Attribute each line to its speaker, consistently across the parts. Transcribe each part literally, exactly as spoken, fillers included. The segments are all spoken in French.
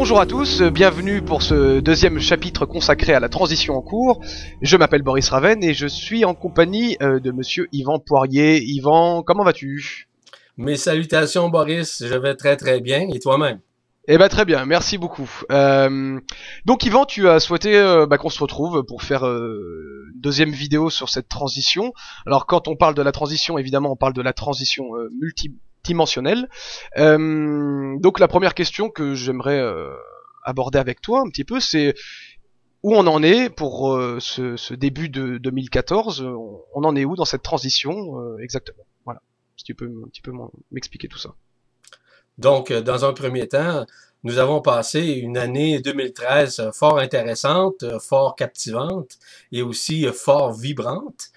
Speaker 1: Bonjour à tous, bienvenue pour ce deuxième chapitre consacré à la transition en cours. Je m'appelle Boris Raven et je suis en compagnie euh, de monsieur Yvan Poirier. Yvan, comment vas-tu?
Speaker 2: Mes salutations, Boris. Je vais très très bien. Et toi-même?
Speaker 1: Eh ben très bien, merci beaucoup. Euh, donc Yvan, tu as souhaité euh, bah, qu'on se retrouve pour faire euh, une deuxième vidéo sur cette transition. Alors quand on parle de la transition, évidemment on parle de la transition euh, multidimensionnelle. Euh, donc la première question que j'aimerais euh, aborder avec toi un petit peu, c'est où on en est pour euh, ce, ce début de deux mille quatorze. On, on en est où dans cette transition euh, exactement? Voilà, si tu peux un petit peu m'expliquer tout ça.
Speaker 2: Donc, euh, dans un premier temps, nous avons passé une année deux mille treize euh, fort intéressante, euh, fort captivante et aussi euh, fort vibrante.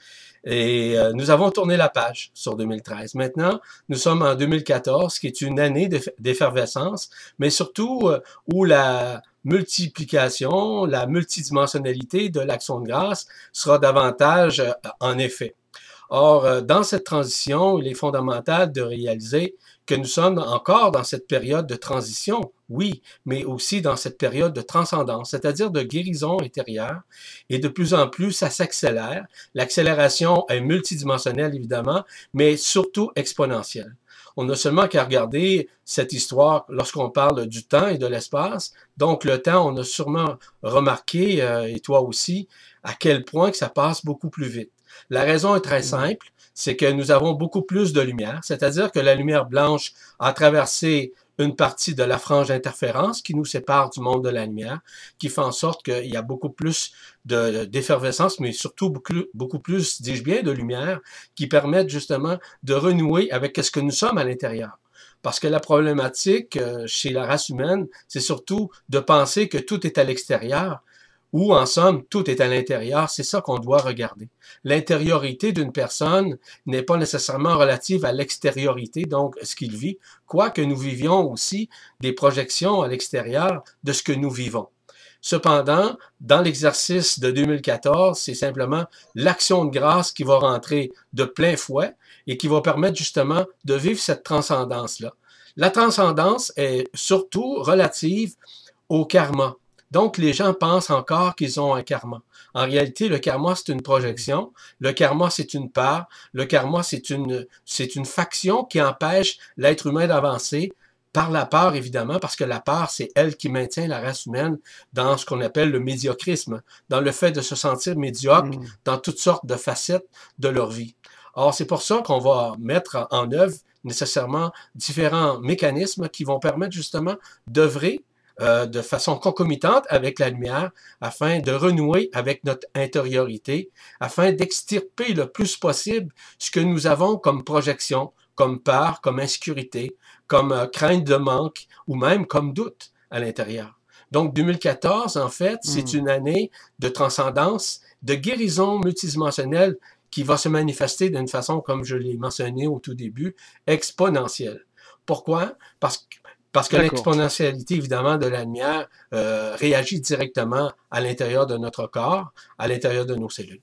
Speaker 2: Et euh, nous avons tourné la page sur deux mille treize. Maintenant, nous sommes en deux mille quatorze, qui est une année d'effervescence, mais surtout euh, où la multiplication, la multidimensionnalité de l'action de grâce sera davantage euh, en effet. Or, euh, dans cette transition, il est fondamental de réaliser que nous sommes encore dans cette période de transition, oui, mais aussi dans cette période de transcendance, c'est-à-dire de guérison intérieure. Et de plus en plus, ça s'accélère. L'accélération est multidimensionnelle, évidemment, mais surtout exponentielle. On n'a seulement qu'à regarder cette histoire lorsqu'on parle du temps et de l'espace. Donc, le temps, on a sûrement remarqué, euh, et toi aussi, à quel point que ça passe beaucoup plus vite. La raison est très simple, c'est que nous avons beaucoup plus de lumière, c'est-à-dire que la lumière blanche a traversé une partie de la frange d'interférence qui nous sépare du monde de la lumière, qui fait en sorte qu'il y a beaucoup plus d'effervescence, mais surtout beaucoup, beaucoup plus, dis-je bien, de lumière, qui permettent justement de renouer avec ce que nous sommes à l'intérieur. Parce que la problématique chez la race humaine, c'est surtout de penser que tout est à l'extérieur, ou en somme, tout est à l'intérieur, c'est ça qu'on doit regarder. L'intériorité d'une personne n'est pas nécessairement relative à l'extériorité, donc ce qu'il vit, quoique nous vivions aussi des projections à l'extérieur de ce que nous vivons. Cependant, dans l'exercice de deux mille quatorze, c'est simplement l'action de grâce qui va rentrer de plein fouet et qui va permettre justement de vivre cette transcendance-là. La transcendance est surtout relative au karma. Donc, les gens pensent encore qu'ils ont un karma. En réalité, le karma, c'est une projection. Le karma, c'est une part. Le karma, c'est une, c'est une faction qui empêche l'être humain d'avancer par la peur, évidemment, parce que la peur, c'est elle qui maintient la race humaine dans ce qu'on appelle le médiocrisme, dans le fait de se sentir médiocre
Speaker 1: Mmh.
Speaker 2: dans toutes sortes de facettes de leur vie. Or, c'est pour ça qu'on va mettre en œuvre nécessairement différents mécanismes qui vont permettre justement d'œuvrer Euh, de façon concomitante avec la lumière, afin de renouer avec notre intériorité, afin d'extirper le plus possible ce que nous avons comme projection, comme peur, comme insécurité, comme euh, crainte de manque, ou même comme doute à l'intérieur. Donc, deux mille quatorze, en fait, c'est
Speaker 1: Mmh.
Speaker 2: une année de transcendance, de guérison multidimensionnelle qui va se manifester d'une façon, comme je l'ai mentionné au tout début, exponentielle. Pourquoi? Parce que parce que
Speaker 1: D'accord.
Speaker 2: l'exponentialité, évidemment, de la lumière euh, réagit directement à l'intérieur de notre corps, à l'intérieur de nos cellules.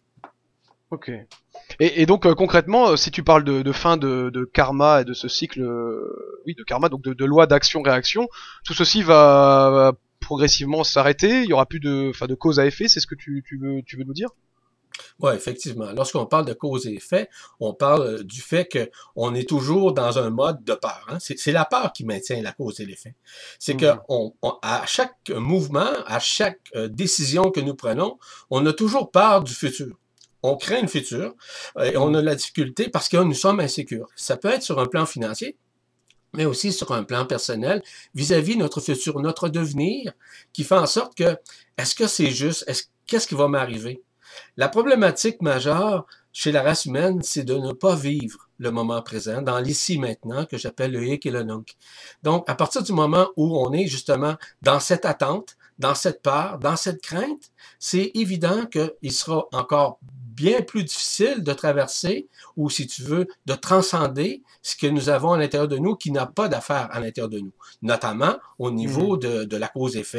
Speaker 1: Ok. Et, et donc euh, concrètement, euh, si tu parles de, de fin de, de karma et de ce cycle, euh, oui, de karma, donc de, de loi d'action-réaction, tout ceci va, va progressivement s'arrêter. Il y aura plus de, enfin, de cause à effet. C'est ce que tu, tu veux, tu veux nous dire?
Speaker 2: Oui, effectivement. Lorsqu'on parle de cause et effet, on parle du fait qu'on est toujours dans un mode de peur. Hein? C'est la peur qui maintient la cause et l'effet. C'est que
Speaker 1: Mhm.
Speaker 2: on, on, à chaque mouvement, à chaque euh, décision que nous prenons, on a toujours peur du futur. On crée une futur et on
Speaker 1: Mhm.
Speaker 2: a de la difficulté parce que nous sommes insécures. Ça peut être sur un plan financier, mais aussi sur un plan personnel, vis-à-vis -vis notre futur, notre devenir, qui fait en sorte que, est-ce que c'est juste, est-ce, qu'est-ce qui va m'arriver? La problématique majeure chez la race humaine, c'est de ne pas vivre le moment présent, dans l'ici maintenant, que j'appelle le hic et le nunc. Donc, à partir du moment où on est justement dans cette attente, dans cette peur, dans cette crainte, c'est évident qu'il sera encore bien plus difficile de traverser, ou si tu veux, de transcender ce que nous avons à l'intérieur de nous qui n'a pas d'affaire à l'intérieur de nous, notamment au
Speaker 1: Mhm.
Speaker 2: niveau de, de la cause-effet,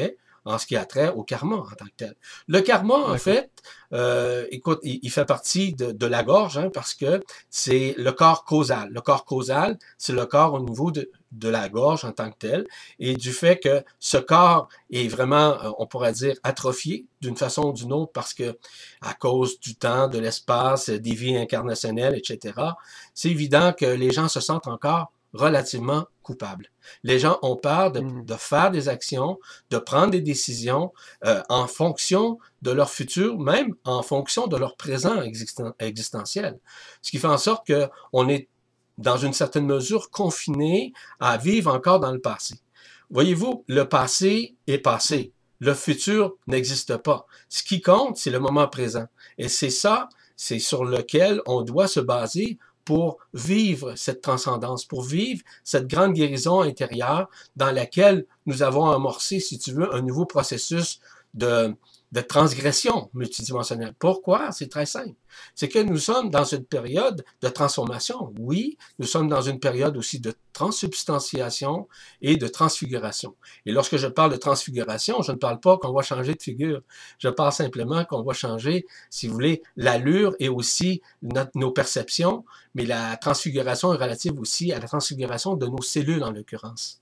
Speaker 2: en ce qui a trait au karma en tant que tel. Le karma, en fait, euh, écoute, il, il fait partie de, de la gorge, hein, parce que c'est le corps causal. Le corps causal, c'est le corps au niveau de, de la gorge en tant que tel, et du fait que ce corps est vraiment, on pourrait dire, atrophié d'une façon ou d'une autre, parce que à cause du temps, de l'espace, des vies incarnationnelles, et cetera, c'est évident que les gens se sentent encore relativement coupables. Les gens ont peur de, de faire des actions, de prendre des décisions euh, en fonction de leur futur, même en fonction de leur présent existen existentiel. Ce qui fait en sorte qu'on est, dans une certaine mesure, confiné à vivre encore dans le passé. Voyez-vous, le passé est passé. Le futur n'existe pas. Ce qui compte, c'est le moment présent. Et c'est ça, c'est sur lequel on doit se baser pour vivre cette transcendance, pour vivre cette grande guérison intérieure dans laquelle nous avons amorcé, si tu veux, un nouveau processus de, de transgression multidimensionnelle. Pourquoi? C'est très simple. C'est que nous sommes dans une période de transformation. Oui, nous sommes dans une période aussi de transsubstantiation et de transfiguration. Et lorsque je parle de transfiguration, je ne parle pas qu'on va changer de figure. Je parle simplement qu'on va changer, si vous voulez, l'allure et aussi notre, nos perceptions, mais la transfiguration est relative aussi à la transfiguration de nos cellules en l'occurrence.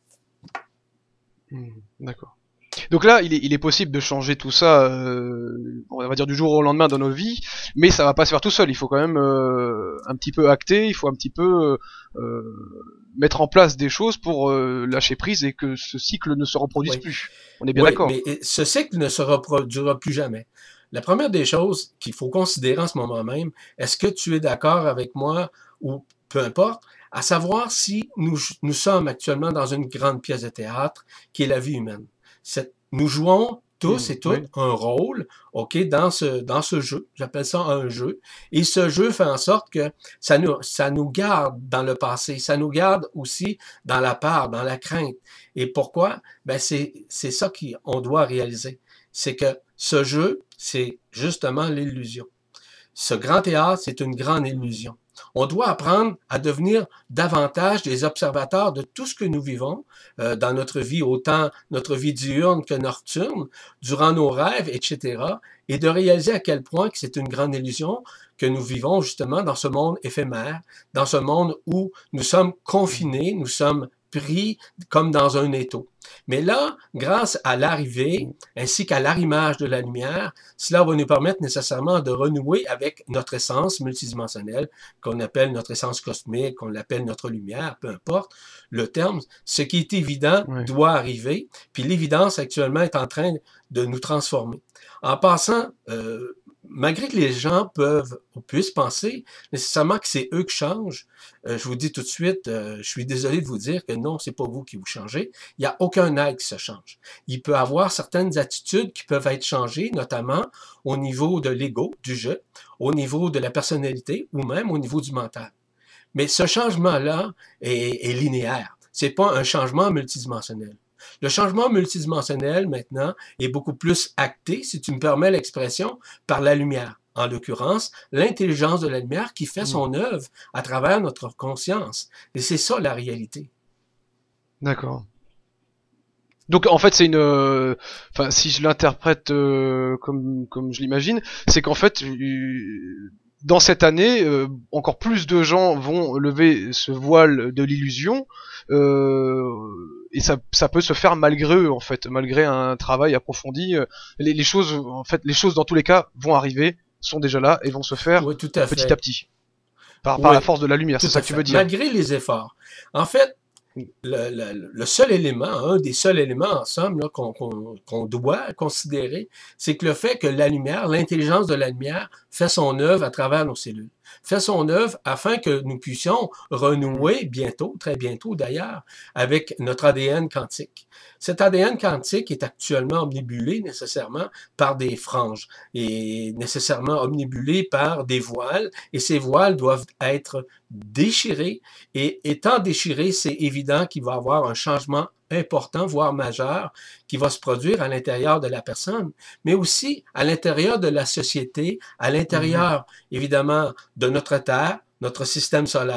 Speaker 1: Mmh, d'accord. Donc là, il est, il est possible de changer tout ça, euh, on va dire du jour au lendemain dans nos vies, mais ça va pas se faire tout seul. Il faut quand même euh, un petit peu acter, il faut un petit peu euh, mettre en place des choses pour euh, lâcher prise et que ce cycle ne se reproduise oui. plus. On est bien
Speaker 2: oui,
Speaker 1: d'accord.
Speaker 2: Mais ce cycle ne se reproduira plus jamais. La première des choses qu'il faut considérer en ce moment même, est-ce que tu es d'accord avec moi ou peu importe, à savoir si nous, nous sommes actuellement dans une grande pièce de théâtre qui est la vie humaine. Cette, nous jouons tous et toutes oui. un rôle, ok, dans ce dans ce jeu. J'appelle ça un jeu. Et ce jeu fait en sorte que ça nous ça nous garde dans le passé, ça nous garde aussi dans la peur, dans la crainte. Et pourquoi? Ben c'est c'est ça qu'on doit réaliser. C'est que ce jeu, c'est justement l'illusion. Ce grand théâtre, c'est une grande illusion. On doit apprendre à devenir davantage des observateurs de tout ce que nous vivons euh, dans notre vie, autant notre vie diurne que nocturne, durant nos rêves, et cetera, et de réaliser à quel point que c'est une grande illusion que nous vivons justement dans ce monde éphémère, dans ce monde où nous sommes confinés, nous sommes pris comme dans un étau. Mais là, grâce à l'arrivée, ainsi qu'à l'arrimage de la lumière, cela va nous permettre nécessairement de renouer avec notre essence multidimensionnelle, qu'on appelle notre essence cosmique, qu'on l'appelle notre lumière, peu importe le terme. Ce qui est évident oui. doit arriver, puis l'évidence actuellement est en train de nous transformer. En passant, euh, malgré que les gens peuvent ou puissent penser nécessairement que c'est eux qui changent, euh, je vous dis tout de suite, euh, je suis désolé de vous dire que non, c'est pas vous qui vous changez. Il n'y a aucun être qui se change. Il peut y avoir certaines attitudes qui peuvent être changées, notamment au niveau de l'ego, du jeu, au niveau de la personnalité ou même au niveau du mental. Mais ce changement-là est, est linéaire. C'est pas un changement multidimensionnel. Le changement multidimensionnel, maintenant, est beaucoup plus acté, si tu me permets l'expression, par la lumière. En l'occurrence, l'intelligence de la lumière qui fait son œuvre à travers notre conscience. Et c'est ça, la réalité.
Speaker 1: D'accord. Donc, en fait, c'est une... Enfin, euh, si je l'interprète euh, comme, comme je l'imagine, c'est qu'en fait... Euh, dans cette année, euh, encore plus de gens vont lever ce voile de l'illusion, euh, et ça, ça peut se faire malgré eux, en fait, malgré un travail approfondi. Les, les choses, en fait, les choses dans tous les cas vont arriver, sont déjà là et vont se faire
Speaker 2: oui, tout à
Speaker 1: petit
Speaker 2: fait.
Speaker 1: à petit, par,
Speaker 2: oui,
Speaker 1: par la force de la lumière. C'est ça que tu veux dire.
Speaker 2: Malgré les efforts. En fait, Le, le, le seul élément, un des seuls éléments en somme qu'on qu'on, qu'on doit considérer, c'est que le fait que la lumière, l'intelligence de la lumière fait son œuvre à travers nos cellules, fait son œuvre afin que nous puissions renouer bientôt, très bientôt d'ailleurs, avec notre A D N quantique. Cet A D N quantique est actuellement omnibulé nécessairement par des franges et nécessairement omnibulé par des voiles, et ces voiles doivent être déchirés, et étant déchirés, c'est évident qu'il va y avoir un changement important, voire majeur, qui va se produire à l'intérieur de la personne, mais aussi à l'intérieur de la société, à l'intérieur, mmh. évidemment, de notre Terre, notre système solaire,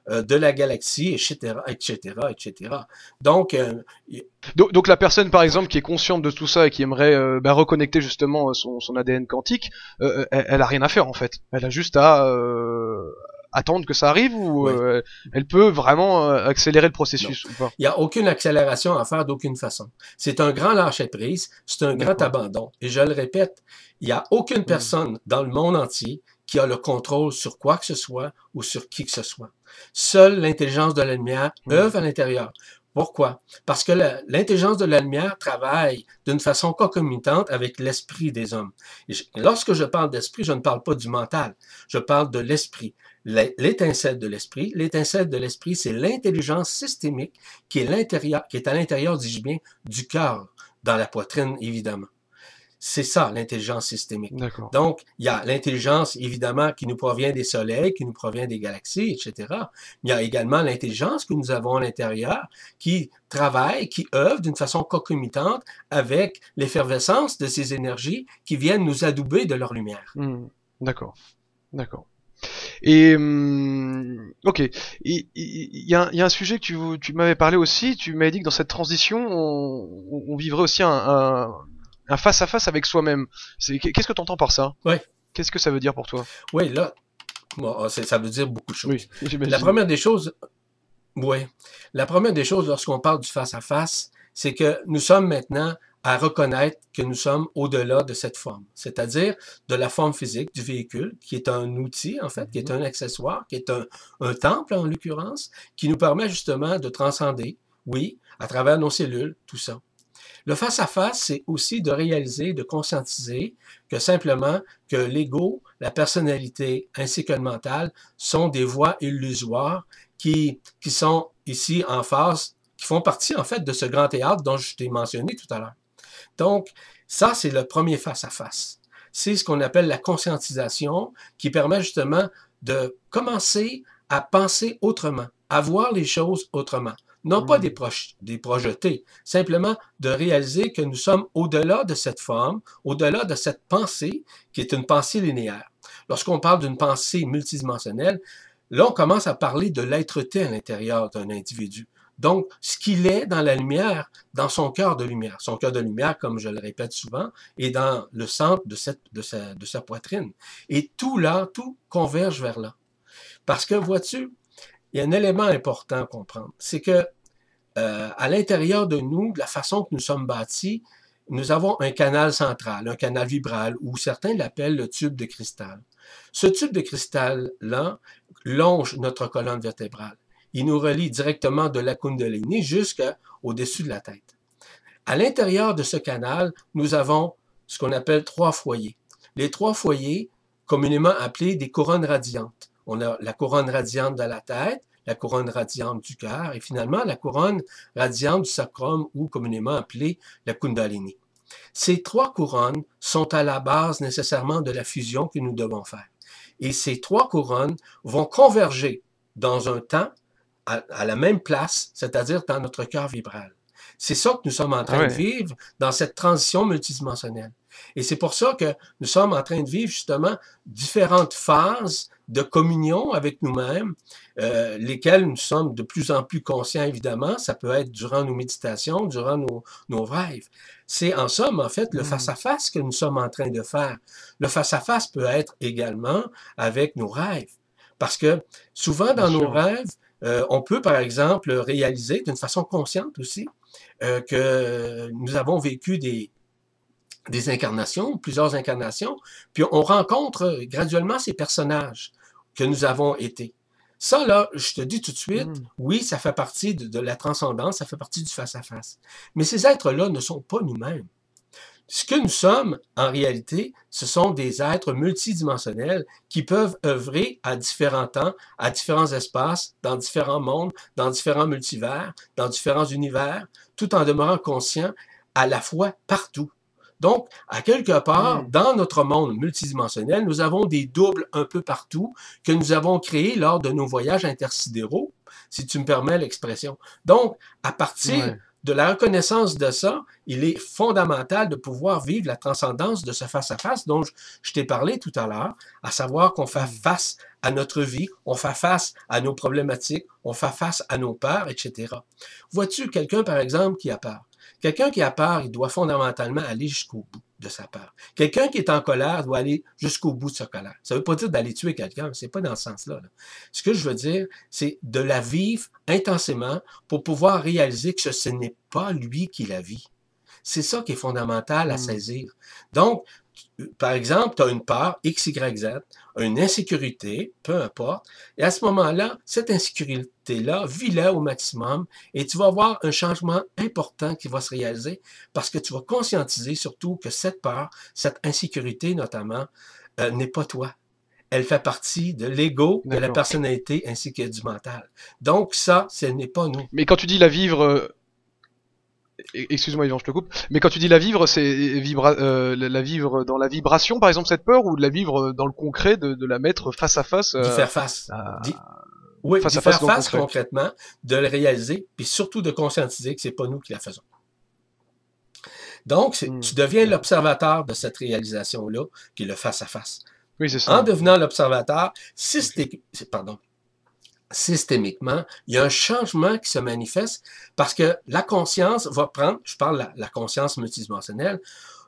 Speaker 2: euh, de la galaxie, et cetera, et cetera, et cetera. Donc, euh,
Speaker 1: donc, donc la personne, par exemple, qui est consciente de tout ça et qui aimerait euh, bah, reconnecter justement son, son A D N quantique, euh, elle, elle a rien à faire en fait. Elle a juste à euh, attendre que ça arrive ou
Speaker 2: oui.
Speaker 1: euh, elle peut vraiment euh, accélérer le processus
Speaker 2: Non.
Speaker 1: ou pas?
Speaker 2: Il n'y a aucune accélération à faire d'aucune façon. C'est un grand lâcher-prise, c'est un grand abandon. Et je le répète, il n'y a aucune personne mmh. dans le monde entier qui a le contrôle sur quoi que ce soit ou sur qui que ce soit. Seule l'intelligence de la lumière mmh. œuvre à l'intérieur. Pourquoi? Parce que l'intelligence de la lumière travaille d'une façon concomitante avec l'esprit des hommes. Et je, lorsque je parle d'esprit, je ne parle pas du mental, je parle de l'esprit. L'étincelle de l'esprit, l'étincelle de l'esprit, c'est l'intelligence systémique qui est, l'intérieur, qui est à l'intérieur, dis-je bien, du cœur, dans la poitrine, évidemment. C'est ça, l'intelligence systémique. Donc, il y a l'intelligence, évidemment, qui nous provient des soleils, qui nous provient des galaxies, et cetera. Mais il y a également l'intelligence que nous avons à l'intérieur qui travaille, qui œuvre d'une façon concomitante avec l'effervescence de ces énergies qui viennent nous adouber de leur lumière.
Speaker 1: Mmh. D'accord. D'accord. Et hum, ok, il y, y, a, y a un sujet que tu, tu m'avais parlé aussi, tu m'avais dit que dans cette transition, on, on vivrait aussi un, un, un face-à-face avec soi-même. Qu'est-ce que tu entends par ça?
Speaker 2: Oui.
Speaker 1: Qu'est-ce que ça veut dire pour toi?
Speaker 2: Oui, là, bon, ça veut dire beaucoup de choses.
Speaker 1: Oui,
Speaker 2: la première des choses, oui, la première des choses lorsqu'on parle du face-à-face, c'est que nous sommes maintenant à reconnaître que nous sommes au-delà de cette forme, c'est-à-dire de la forme physique du véhicule, qui est un outil, en fait, mm-hmm. qui est un accessoire, qui est un, un temple, en l'occurrence, qui nous permet justement de transcender, oui, à travers nos cellules, tout ça. Le face-à-face, c'est aussi de réaliser, de conscientiser que simplement que l'ego, la personnalité, ainsi que le mental, sont des voies illusoires qui, qui sont ici en phase, qui font partie, en fait, de ce grand théâtre dont je t'ai mentionné tout à l'heure. Donc, ça, c'est le premier face-à-face. C'est ce qu'on appelle la conscientisation qui permet justement de commencer à penser autrement, à voir les choses autrement. Non mmh. pas des, proje des projeter, simplement de réaliser que nous sommes au-delà de cette forme, au-delà de cette pensée qui est une pensée linéaire. Lorsqu'on parle d'une pensée multidimensionnelle, là, on commence à parler de l'être-té à l'intérieur d'un individu. Donc, ce qu'il est dans la lumière, dans son cœur de lumière. Son cœur de lumière, comme je le répète souvent, est dans le centre de, cette, de, sa, de sa poitrine. Et tout là, tout converge vers là. Parce que, vois-tu, il y a un élément important à comprendre. C'est que euh, à l'intérieur de nous, de la façon que nous sommes bâtis, nous avons un canal central, un canal vibral, ou certains l'appellent le tube de cristal. Ce tube de cristal-là longe notre colonne vertébrale. Il nous relie directement de la Kundalini jusqu'au-dessus de la tête. À l'intérieur de ce canal, nous avons ce qu'on appelle trois foyers. Les trois foyers, communément appelés des couronnes radiantes. On a la couronne radiante de la tête, la couronne radiante du cœur et finalement la couronne radiante du sacrum ou communément appelée la Kundalini. Ces trois couronnes sont à la base nécessairement de la fusion que nous devons faire. Et ces trois couronnes vont converger dans un temps à, à la même place, c'est-à-dire dans notre cœur vibral. C'est ça que nous sommes en train ah ouais. de vivre dans cette transition multidimensionnelle. Et c'est pour ça que nous sommes en train de vivre justement différentes phases de communion avec nous-mêmes, euh, lesquelles nous sommes de plus en plus conscients, évidemment. Ça peut être durant nos méditations, durant nos, nos rêves. C'est en somme, en fait, le face-à-face que nous sommes en train de faire. Le face-à-face peut être également avec nos rêves. Parce que souvent, dans Bien nos sûr. rêves, euh, on peut, par exemple, réaliser d'une façon consciente aussi euh, que nous avons vécu des des incarnations, plusieurs incarnations, puis on rencontre graduellement ces personnages que nous avons été. Ça, là, je te dis tout de suite, mm. oui, ça fait partie de, de la transcendance, ça fait partie du face-à-face. Mais ces êtres-là ne sont pas nous-mêmes. Ce que nous sommes, en réalité, ce sont des êtres multidimensionnels qui peuvent œuvrer à différents temps, à différents espaces, dans différents mondes, dans différents multivers, dans différents univers, tout en demeurant conscients à la fois partout. Donc, à quelque part, mmh. dans notre monde multidimensionnel, nous avons des doubles un peu partout que nous avons créés lors de nos voyages intersidéraux, si tu me permets l'expression. Donc, à partir ouais. de la reconnaissance de ça, il est fondamental de pouvoir vivre la transcendance de ce face-à-face dont je, je t'ai parlé tout à l'heure, à savoir qu'on fait face à notre vie, on fait face à nos problématiques, on fait face à nos peurs, et cetera. Vois-tu quelqu'un, par exemple, qui a peur? Quelqu'un qui a peur, il doit fondamentalement aller jusqu'au bout de sa peur. Quelqu'un qui est en colère doit aller jusqu'au bout de sa colère. Ça ne veut pas dire d'aller tuer quelqu'un, c'est pas dans ce sens-là. Là. Ce que je veux dire, c'est de la vivre intensément pour pouvoir réaliser que ce n'est pas lui qui la vit. C'est ça qui est fondamental à mmh. saisir. Donc, par exemple, tu as une peur, X, Y, Z, une insécurité, peu importe, et à ce moment-là, cette insécurité-là, vis-la au maximum, et tu vas avoir un changement important qui va se réaliser parce que tu vas conscientiser surtout que cette peur, cette insécurité notamment, euh, n'est pas toi. Elle fait partie de l'ego, de la personnalité ainsi que du mental. Donc ça, ce n'est pas nous.
Speaker 1: Mais quand tu dis la vivre... Euh... Excuse-moi Yvan, je te coupe. Mais quand tu dis la vivre, c'est vibra euh, la vivre dans la vibration, par exemple, cette peur, ou de la vivre dans le concret, de, de la mettre face à face.
Speaker 2: Euh, d'y faire face. À... D'y... Oui, d'y faire face, face concrètement, de le réaliser, puis surtout de conscientiser que c'est pas nous qui la faisons. Donc, mmh. tu deviens l'observateur de cette réalisation-là, qui est le face à face.
Speaker 1: Oui, c'est ça.
Speaker 2: En devenant l'observateur, systé... pardon. systémiquement, il y a un changement qui se manifeste parce que la conscience va prendre, je parle de la, la conscience multidimensionnelle,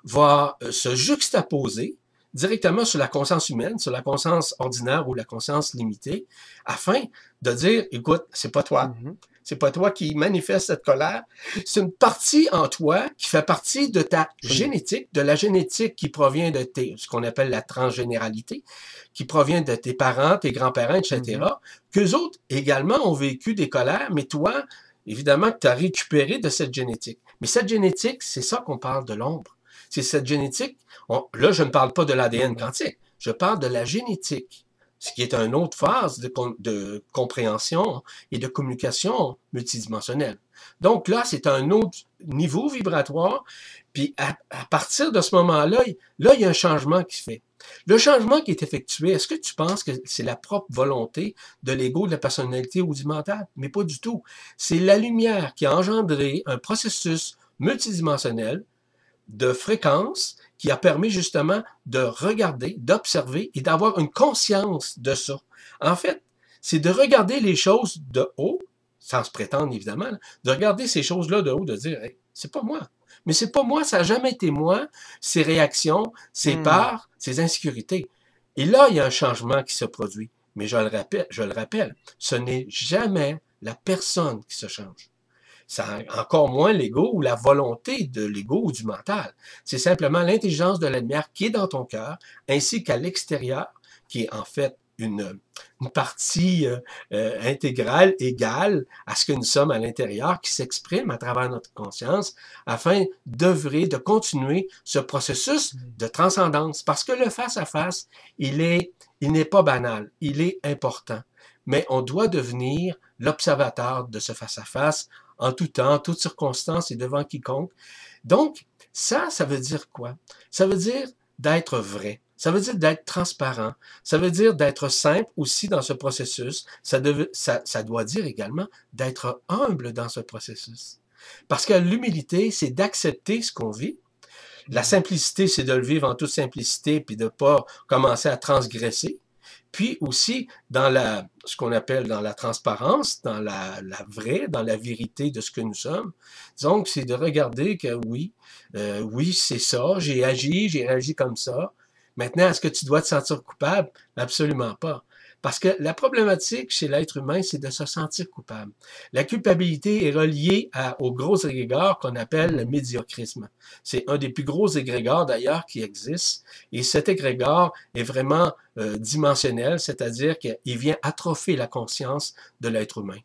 Speaker 2: va euh, se juxtaposer directement sur la conscience humaine, sur la conscience ordinaire ou la conscience limitée, afin de dire, écoute, c'est pas toi. Mm-hmm. C'est pas toi qui manifeste cette colère. C'est une partie en toi qui fait partie de ta génétique, de la génétique qui provient de tes, ce qu'on appelle la transgénéralité, qui provient de tes parents, tes grands-parents, et cetera, mm-hmm. qu'eux autres également ont vécu des colères, mais toi, évidemment, que tu as récupéré de cette génétique. Mais cette génétique, c'est ça qu'on parle de l'ombre. C'est cette génétique, on, là, je ne parle pas de l'A D N quantique, je parle de la génétique. Ce qui est une autre phase de, de compréhension et de communication multidimensionnelle. Donc là, c'est un autre niveau vibratoire, puis à, à partir de ce moment-là, là, il y a un changement qui se fait. Le changement qui est effectué, est-ce que tu penses que c'est la propre volonté de l'ego, de la personnalité ou du mental? Mais pas du tout. C'est la lumière qui a engendré un processus multidimensionnel de fréquence qui a permis justement de regarder, d'observer et d'avoir une conscience de ça. En fait, c'est de regarder les choses de haut, sans se prétendre évidemment, de regarder ces choses-là de haut, de dire hey, « c'est pas moi ». Mais c'est pas moi, ça n'a jamais été moi, ces réactions, ces mmh. peurs, ces insécurités. Et là, il y a un changement qui se produit. Mais je le rappelle, je le rappelle, ce n'est jamais la personne qui se change. C'est encore moins l'ego ou la volonté de l'ego ou du mental. C'est simplement l'intelligence de la lumière qui est dans ton cœur, ainsi qu'à l'extérieur, qui est en fait une, une partie euh, euh, intégrale, égale à ce que nous sommes à l'intérieur, qui s'exprime à travers notre conscience, afin d'œuvrer, de continuer ce processus de transcendance. Parce que le face-à-face, il est, il n'est pas banal, il est important. Mais on doit devenir l'observateur de ce face-à-face en tout temps, en toutes circonstances et devant quiconque. Donc, ça, ça veut dire quoi? Ça veut dire d'être vrai. Ça veut dire d'être transparent. Ça veut dire d'être simple aussi dans ce processus. Ça, dev, ça, ça doit dire également d'être humble dans ce processus. Parce que l'humilité, c'est d'accepter ce qu'on vit. La simplicité, c'est de le vivre en toute simplicité puis de ne pas commencer à transgresser. Puis aussi, dans la, ce qu'on appelle dans la transparence, dans la, la vraie, dans la vérité de ce que nous sommes. Donc, c'est de regarder que oui, euh, oui, c'est ça, j'ai agi, j'ai réagi comme ça. Maintenant, est-ce que tu dois te sentir coupable? Absolument pas. Parce que la problématique chez l'être humain, c'est de se sentir coupable. La culpabilité est reliée à, au gros égrégore qu'on appelle le médiocrisme. C'est un des plus gros égrégores d'ailleurs qui existe. Et cet égrégore est vraiment euh, dimensionnel, c'est-à-dire qu'il vient atropher la conscience de l'être humain.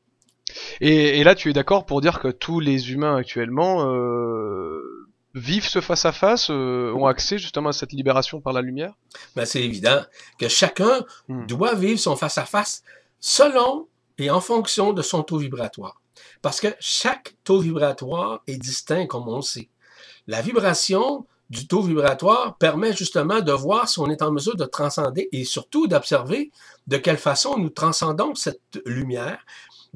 Speaker 1: Et, et là, tu es d'accord pour dire que tous les humains actuellement euh, vivent ce face-à-face, euh, ont accès justement à cette libération par la lumière?
Speaker 2: Ben, c'est évident que chacun hmm. doit vivre son face-à-face selon et en fonction de son taux vibratoire. Parce que chaque taux vibratoire est distinct, comme on le sait. La vibration du taux vibratoire permet justement de voir si on est en mesure de transcender et surtout d'observer de quelle façon nous transcendons cette lumière.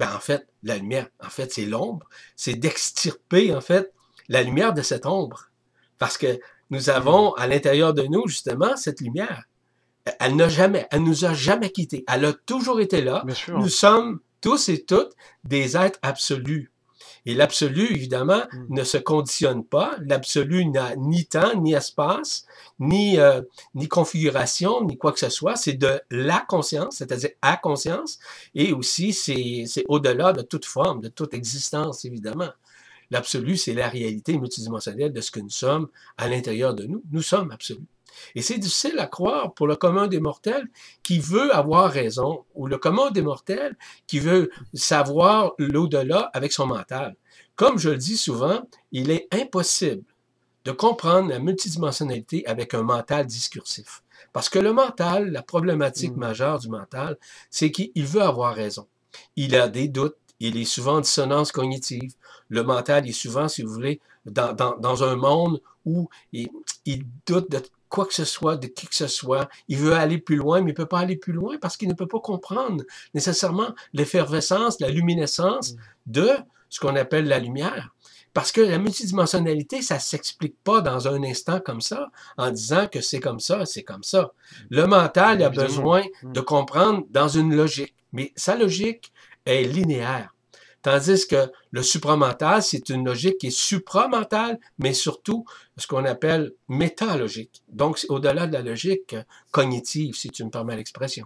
Speaker 2: Ben, en fait, la lumière, en fait, c'est l'ombre. C'est d'extirper, en fait, la lumière de cette ombre. Parce que nous avons à l'intérieur de nous, justement, cette lumière. Elle n'a jamais, elle nous a jamais quittés. Elle a toujours été là.
Speaker 1: Bien sûr.
Speaker 2: Nous sommes tous et toutes des êtres absolus. Et l'absolu, évidemment,
Speaker 1: Mm.
Speaker 2: ne se conditionne pas. L'absolu n'a ni temps, ni espace, ni, euh, ni configuration, ni quoi que ce soit. C'est de la conscience, c'est-à-dire à conscience. Et aussi, c'est au-delà de toute forme, de toute existence, évidemment. L'absolu, c'est la réalité multidimensionnelle de ce que nous sommes à l'intérieur de nous. Nous sommes absolus. Et c'est difficile à croire pour le commun des mortels qui veut avoir raison, ou le commun des mortels qui veut savoir l'au-delà avec son mental. Comme je le dis souvent, il est impossible de comprendre la multidimensionnalité avec un mental discursif. Parce que le mental, la problématique mmh. majeure du mental, c'est qu'il veut avoir raison. Il a des doutes, il est souvent en dissonance cognitive. Le mental est souvent, si vous voulez, dans, dans, dans un monde où il, il doute de quoi que ce soit, de qui que ce soit. Il veut aller plus loin, mais il ne peut pas aller plus loin parce qu'il ne peut pas comprendre nécessairement l'effervescence, la luminescence de ce qu'on appelle la lumière. Parce que la multidimensionnalité, ça ne s'explique pas dans un instant comme ça, en disant que c'est comme ça, c'est comme ça. Le mental a besoin de comprendre dans une logique, mais sa logique est linéaire. Tandis que le supramental, c'est une logique qui est supramentale, mais surtout ce qu'on appelle métalogique. Donc, c'est au-delà de la logique cognitive, si tu me permets l'expression.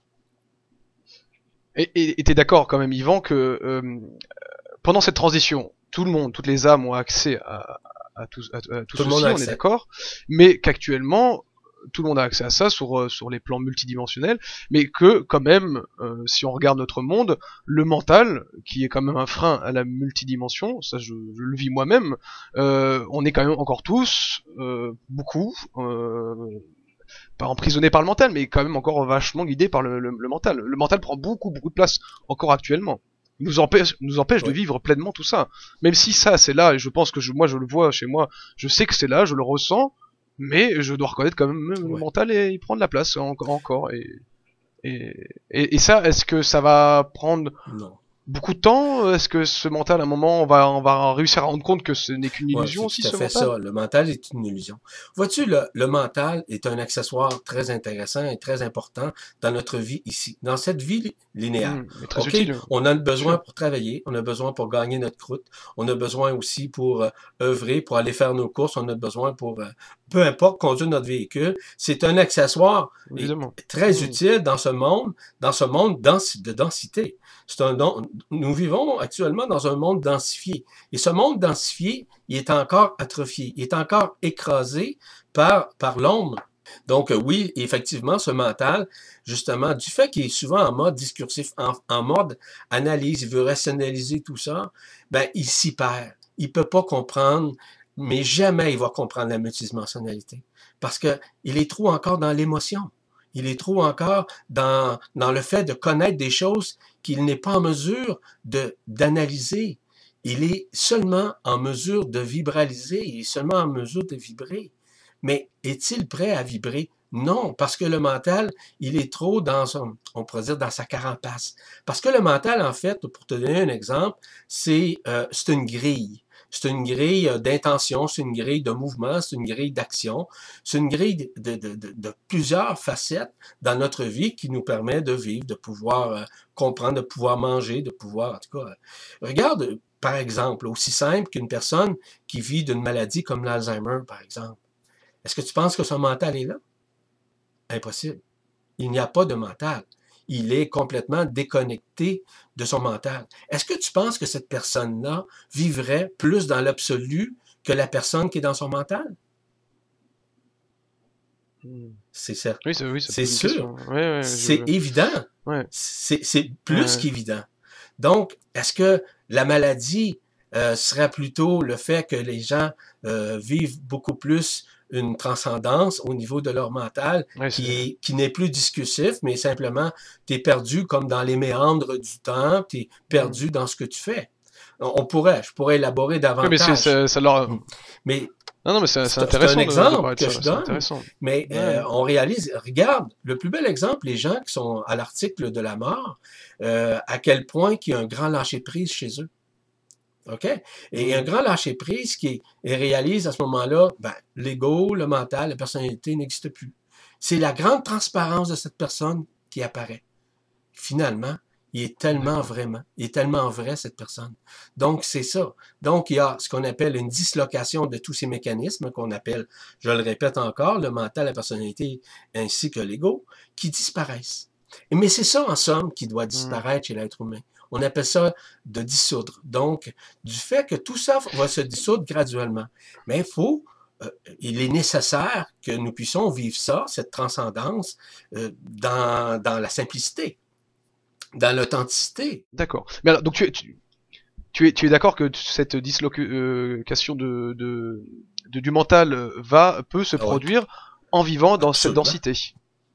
Speaker 1: Et tu es d'accord quand même, Yvan, que euh, pendant cette transition, tout le monde, toutes les âmes ont accès à, à tout, à, à tout, tout ceci, on est d'accord, mais qu'actuellement, tout le monde a accès à ça sur, sur les plans multidimensionnels, mais que quand même, euh, si on regarde notre monde, le mental, qui est quand même un frein à la multidimension, ça je, je le vis moi-même, euh, on est quand même encore tous, euh, beaucoup, euh, pas emprisonnés par le mental, mais quand même encore vachement guidés par le, le, le mental. Le mental prend beaucoup, beaucoup de place encore actuellement. Il nous empêche, nous empêche ouais. de vivre pleinement tout ça. Même si ça, c'est là, et je pense que je, moi je le vois chez moi, je sais que c'est là, je le ressens, mais je dois reconnaître quand même le ouais. mental et il prend de la place encore, encore et, et, et, et ça, est-ce que ça va prendre
Speaker 2: non.
Speaker 1: beaucoup de temps? Est-ce que ce mental, à un moment, on va, on va réussir à rendre compte que ce n'est qu'une illusion
Speaker 2: ouais,
Speaker 1: aussi,
Speaker 2: ce
Speaker 1: mental?
Speaker 2: fait ça. Le mental est une illusion. Vois-tu, le, le mental est un accessoire très intéressant et très important dans notre vie ici, dans cette vie linéaire.
Speaker 1: Mmh, très
Speaker 2: okay?
Speaker 1: utile.
Speaker 2: On a besoin pour travailler, on a besoin pour gagner notre croûte, on a besoin aussi pour euh, œuvrer, pour aller faire nos courses, on a besoin pour, euh, peu importe, conduire notre véhicule. C'est un accessoire très mmh. utile dans ce monde, dans ce monde dens de densité. C'est un don. Nous vivons actuellement dans un monde densifié. Et ce monde densifié, il est encore atrophié. Il est encore écrasé par, par l'ombre. Donc oui, effectivement, ce mental, justement, du fait qu'il est souvent en mode discursif, en, en mode analyse, il veut rationaliser tout ça, ben il s'y perd. Il ne peut pas comprendre, mais jamais il va comprendre la multidimensionnalité. Parce qu'il est trop encore dans l'émotion. Il est trop encore dans, dans le fait de connaître des choses qu'il n'est pas en mesure de d'analyser. Il est seulement en mesure de vibraliser, il est seulement en mesure de vibrer. Mais est-il prêt à vibrer? Non, parce que le mental, il est trop dans son, on pourrait dire dans sa carapace. Parce que le mental, en fait, pour te donner un exemple, c'est euh, c'est une grille. C'est une grille d'intention, c'est une grille de mouvement, c'est une grille d'action, c'est une grille de, de, de, de plusieurs facettes dans notre vie qui nous permet de vivre, de pouvoir euh, comprendre, de pouvoir manger, de pouvoir, en tout cas, euh, regarde, par exemple, aussi simple qu'une personne qui vit d'une maladie comme l'Alzheimer, par exemple. Est-ce que tu penses que son mental est là? Impossible. Il n'y a pas de mental. Il est complètement déconnecté de son mental. Est-ce que tu penses que cette personne-là vivrait plus dans l'absolu que la personne qui est dans son mental?
Speaker 1: Hmm.
Speaker 2: C'est certain.
Speaker 1: Oui, oui,
Speaker 2: c'est sûr.
Speaker 1: Ouais, ouais,
Speaker 2: c'est
Speaker 1: je...
Speaker 2: évident.
Speaker 1: Ouais.
Speaker 2: C'est plus
Speaker 1: ouais.
Speaker 2: qu'évident. Donc, est-ce que la maladie euh, serait plutôt le fait que les gens euh, vivent beaucoup plus une transcendance au niveau de leur mental
Speaker 1: ouais,
Speaker 2: qui est, qui n'est plus discursif, mais simplement, tu es perdu comme dans les méandres du temps, tu es perdu mmh. dans ce que tu fais. On, on pourrait, je pourrais élaborer davantage.
Speaker 1: Oui, mais c'est, ça, ça leur...
Speaker 2: Mais
Speaker 1: Non, non, mais c'est
Speaker 2: C'est
Speaker 1: intéressant
Speaker 2: un
Speaker 1: de, de
Speaker 2: exemple
Speaker 1: parler de
Speaker 2: que
Speaker 1: ça,
Speaker 2: je
Speaker 1: c'est
Speaker 2: donne,
Speaker 1: intéressant.
Speaker 2: mais
Speaker 1: Ouais.
Speaker 2: euh, on réalise, regarde, le plus bel exemple, les gens qui sont à l'article de la mort, euh, à quel point il y a un grand lâcher-prise chez eux. OK? Et un
Speaker 1: Mm.
Speaker 2: grand lâcher-prise qui est, réalise à ce moment-là, ben, l'ego, le mental, la personnalité n'existe plus. C'est la grande transparence de cette personne qui apparaît. Finalement, il est tellement vraiment, il est tellement vrai, cette personne. Donc, c'est ça. Donc, il y a ce qu'on appelle une dislocation de tous ces mécanismes qu'on appelle, je le répète encore, le mental, la personnalité ainsi que l'ego, qui disparaissent. Mais c'est ça, en somme, qui doit disparaître chez l'être humain. On appelle ça de dissoudre. Donc, du fait que tout ça va se dissoudre graduellement. Mais il faut, euh, il est nécessaire que nous puissions vivre ça, cette transcendance, euh, dans, dans la simplicité, dans l'authenticité.
Speaker 1: D'accord. Mais alors, donc tu es, tu, tu es, tu es d'accord que cette dislocation de, de, de, du mental va, peut se
Speaker 2: Ah ouais.
Speaker 1: produire en vivant dans
Speaker 2: Absolument.
Speaker 1: cette densité.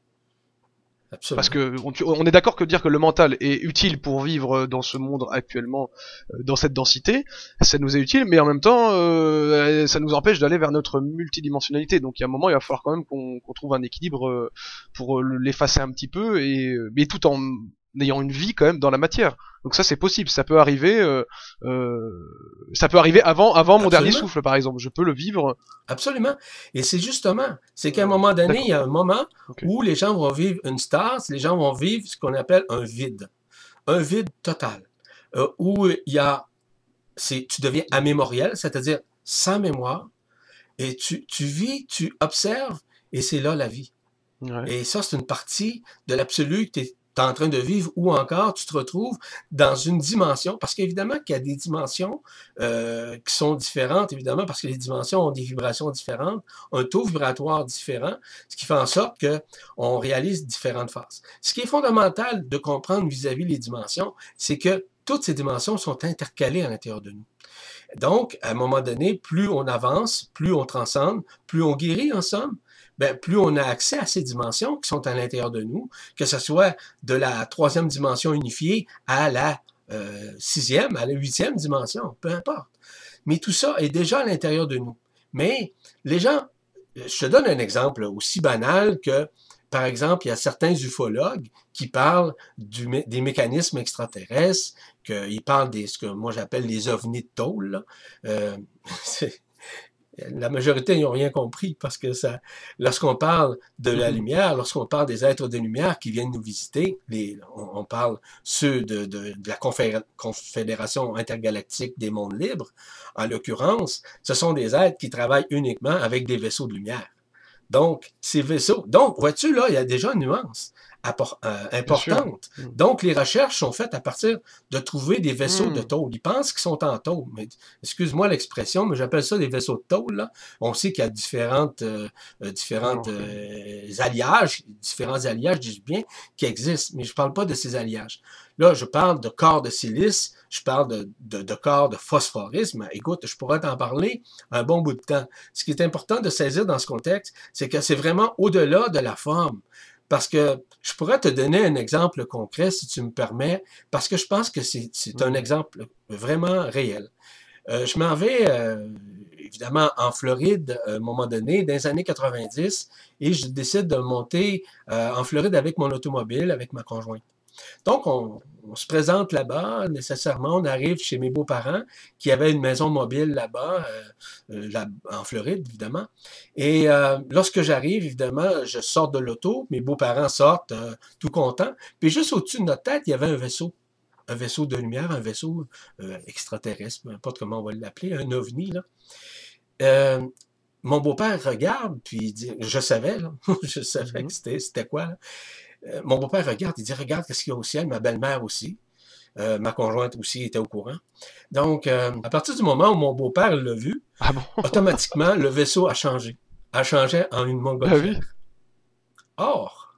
Speaker 2: Absolument.
Speaker 1: Parce que on, on est d'accord que dire que le mental est utile pour vivre dans ce monde actuellement, dans cette densité, ça nous est utile, mais en même temps, euh, ça nous empêche d'aller vers notre multidimensionnalité. Donc il y a un moment, il va falloir quand même qu'on qu'on trouve un équilibre pour l'effacer un petit peu, et mais tout en ayant une vie quand même dans la matière. Donc ça c'est possible, ça peut arriver, euh, euh, ça peut arriver avant, avant mon
Speaker 2: Absolument.
Speaker 1: dernier souffle par exemple. Je peux le vivre.
Speaker 2: Absolument. Et c'est justement, c'est qu'à un moment donné, il y a un moment okay. où les gens vont vivre une stase, les gens vont vivre ce qu'on appelle un vide, un vide total, euh, où il y a, c'est, tu deviens amémoriel, c'est-à-dire sans mémoire, et tu, tu vis, tu observes, et c'est là la vie.
Speaker 1: Ouais.
Speaker 2: Et ça, c'est une partie de l'absolu que tu es en train de vivre, ou encore tu te retrouves dans une dimension, parce qu'évidemment qu'il y a des dimensions euh, qui sont différentes, évidemment, parce que les dimensions ont des vibrations différentes, un taux vibratoire différent, ce qui fait en sorte qu'on réalise différentes phases. Ce qui est fondamental de comprendre vis-à-vis les dimensions, c'est que toutes ces dimensions sont intercalées à l'intérieur de nous. Donc, à un moment donné, plus on avance, plus on transcende, plus on guérit en somme, ben, plus on a accès à ces dimensions qui sont à l'intérieur de nous, que ce soit de la troisième dimension unifiée à la euh, sixième, à la huitième dimension, peu importe. Mais tout ça est déjà à l'intérieur de nous. Mais les gens, je te donne un exemple aussi banal que, par exemple, il y a certains ufologues qui parlent du, des mécanismes extraterrestres, qu'ils parlent des ce que moi j'appelle les ovnis de tôle. Euh, La majorité n'ont rien compris parce que ça, lorsqu'on parle de la lumière, lorsqu'on parle des êtres de lumière qui viennent nous visiter, les, on, on parle ceux de, de, de la Confédération intergalactique des mondes libres, en l'occurrence, ce sont des êtres qui travaillent uniquement avec des vaisseaux de lumière. Donc, ces vaisseaux, donc, vois-tu, là, il y a déjà une nuance euh, importante. Donc, les recherches sont faites à partir de trouver des vaisseaux mmh. de tôle. Ils pensent qu'ils sont en tôle, mais excuse-moi l'expression, mais j'appelle ça des vaisseaux de tôle. Là. On sait qu'il y a différentes, euh, différentes euh, alliages, différents alliages, dis-je bien, qui existent, mais je ne parle pas de ces alliages. Là, je parle de corps de silice, je parle de, de, de corps de phosphorisme. Écoute, je pourrais t'en parler un bon bout de temps. Ce qui est important de saisir dans ce contexte, c'est que c'est vraiment au-delà de la forme. Parce que je pourrais te donner un exemple concret, si tu me permets, parce que je pense que c'est un exemple vraiment réel. Euh, je m'en vais, euh, évidemment, en Floride, à un moment donné, dans les années quatre-vingt-dix, et je décide de monter euh, en Floride avec mon automobile, avec ma conjointe. Donc, on, on se présente là-bas, nécessairement, on arrive chez mes beaux-parents, qui avaient une maison mobile là-bas, euh, là, en Floride, évidemment. Et euh, lorsque j'arrive, évidemment, je sors de l'auto, mes beaux-parents sortent euh, tout contents, puis juste au-dessus de notre tête, il y avait un vaisseau. Un vaisseau de lumière, un vaisseau euh, extraterrestre, peu importe comment on va l'appeler, un ovni, là. Euh, mon beau-père regarde, puis il dit, je savais, là, je savais mm-hmm. que c'était quoi, là. Euh, mon beau-père regarde, il dit, regarde qu'est-ce qu'il y a au ciel, ma belle-mère aussi, euh, ma conjointe aussi était au courant. Donc, euh, à partir du moment où mon beau-père l'a vu,
Speaker 1: ah bon?
Speaker 2: automatiquement, le vaisseau a changé, a changé en une montgolfière. Ah oui? Or,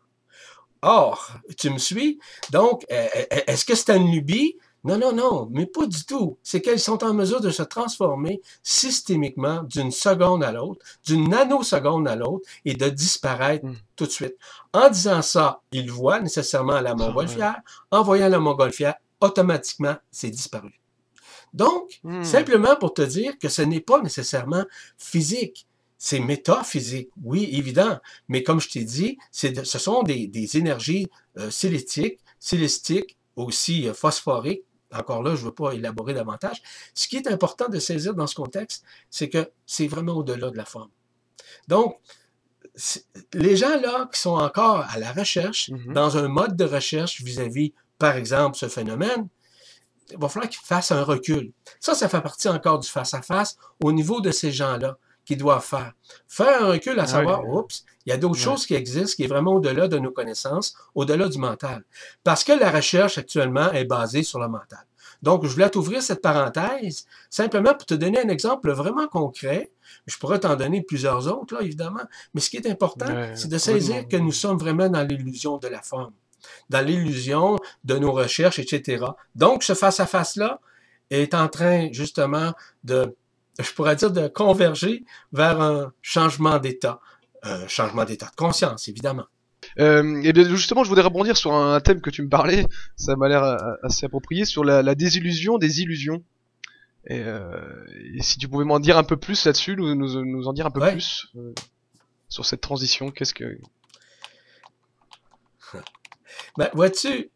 Speaker 2: or, tu me suis? Donc, est-ce que c'est une lubie? Non, non, non, mais pas du tout. C'est qu'elles sont en mesure de se transformer systémiquement d'une seconde à l'autre, d'une nanoseconde à l'autre, et de disparaître mm. tout de suite. En disant ça, il voit nécessairement la montgolfière. En voyant la montgolfière, automatiquement, c'est disparu. Donc,
Speaker 1: Hmm.
Speaker 2: simplement pour te dire que ce n'est pas nécessairement physique. C'est métaphysique, oui, évident. Mais comme je t'ai dit, de, ce sont des, des énergies euh, célestiques, célestiques, aussi euh, phosphoriques. Encore là, je ne veux pas élaborer davantage. Ce qui est important de saisir dans ce contexte, c'est que c'est vraiment au-delà de la forme. Donc, les gens là qui sont encore à la recherche, mm-hmm. dans un mode de recherche vis-à-vis, par exemple, ce phénomène, il va falloir qu'ils fassent un recul. Ça, ça fait partie encore du face-à-face au niveau de ces gens-là qu'ils doivent faire. Faire un recul à savoir, ouais. oups, il y a d'autres ouais. choses qui existent qui est vraiment au-delà de nos connaissances, au-delà du mental. Parce que la recherche actuellement est basée sur le mental. Donc, je voulais t'ouvrir cette parenthèse simplement pour te donner un exemple vraiment concret. Je pourrais t'en donner plusieurs autres, là, évidemment. Mais ce qui est important, ouais, c'est de saisir que nous sommes vraiment dans l'illusion de la forme, dans l'illusion de nos recherches, et cetera. Donc, ce face-à-face-là est en train, justement, de, je pourrais dire, de converger vers un changement d'état. Un changement d'état de conscience, évidemment.
Speaker 1: Euh, et bien justement, je voudrais rebondir sur un thème que tu me parlais, ça m'a l'air assez approprié, sur la, la désillusion des illusions. Et, euh, et si tu pouvais m'en dire un peu plus là-dessus, nous, nous, nous en dire un peu ouais. plus euh, sur cette transition, qu'est-ce que...
Speaker 2: Ben, vois-tu,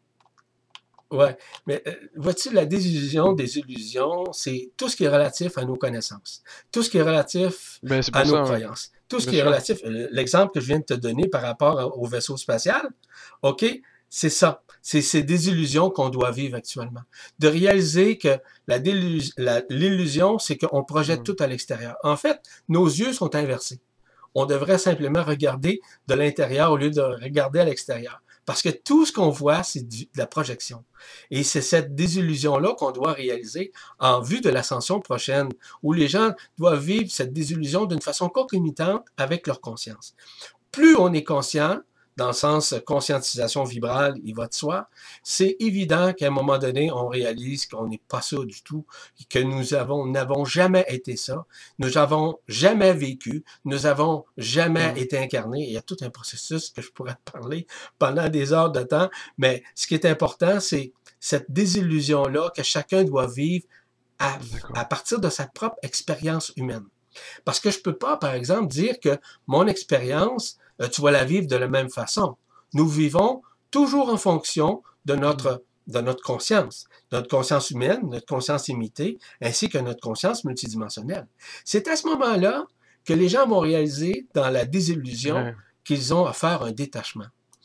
Speaker 2: ouais, mais euh, vois-tu, la désillusion des illusions, c'est tout ce qui est relatif à nos connaissances, tout ce qui est relatif
Speaker 1: ben,
Speaker 2: à nos
Speaker 1: ça,
Speaker 2: croyances, tout ce
Speaker 1: Bien
Speaker 2: qui
Speaker 1: sûr.
Speaker 2: est relatif, l'exemple que je viens de te donner par rapport au vaisseau spatial, ok, c'est ça, c'est ces désillusions qu'on doit vivre actuellement, de réaliser que la l'illusion, c'est qu'on projette mmh. tout à l'extérieur. En fait, nos yeux sont inversés. On devrait simplement regarder de l'intérieur au lieu de regarder à l'extérieur. Parce que tout ce qu'on voit, c'est de la projection. Et c'est cette désillusion-là qu'on doit réaliser en vue de l'ascension prochaine, où les gens doivent vivre cette désillusion d'une façon concomitante avec leur conscience. Plus on est conscient, dans le sens conscientisation vibrale, il va de soi, c'est évident qu'à un moment donné, on réalise qu'on n'est pas ça du tout, que nous avons, n'avons jamais été ça, nous n'avons jamais vécu, nous avons jamais mmh. été incarnés. Il y a tout un processus que je pourrais te parler pendant des heures de temps, mais ce qui est important, c'est cette désillusion-là que chacun doit vivre à, à partir de sa propre expérience humaine. Parce que je peux pas, par exemple, dire que mon expérience, tu vas la vivre de la même façon. Nous vivons toujours en fonction de notre, de notre conscience, de notre conscience humaine, notre conscience limitée, ainsi que notre conscience multidimensionnelle. C'est à ce moment-là que les gens vont réaliser dans la désillusion ouais. qu'ils ont à faire un détachement,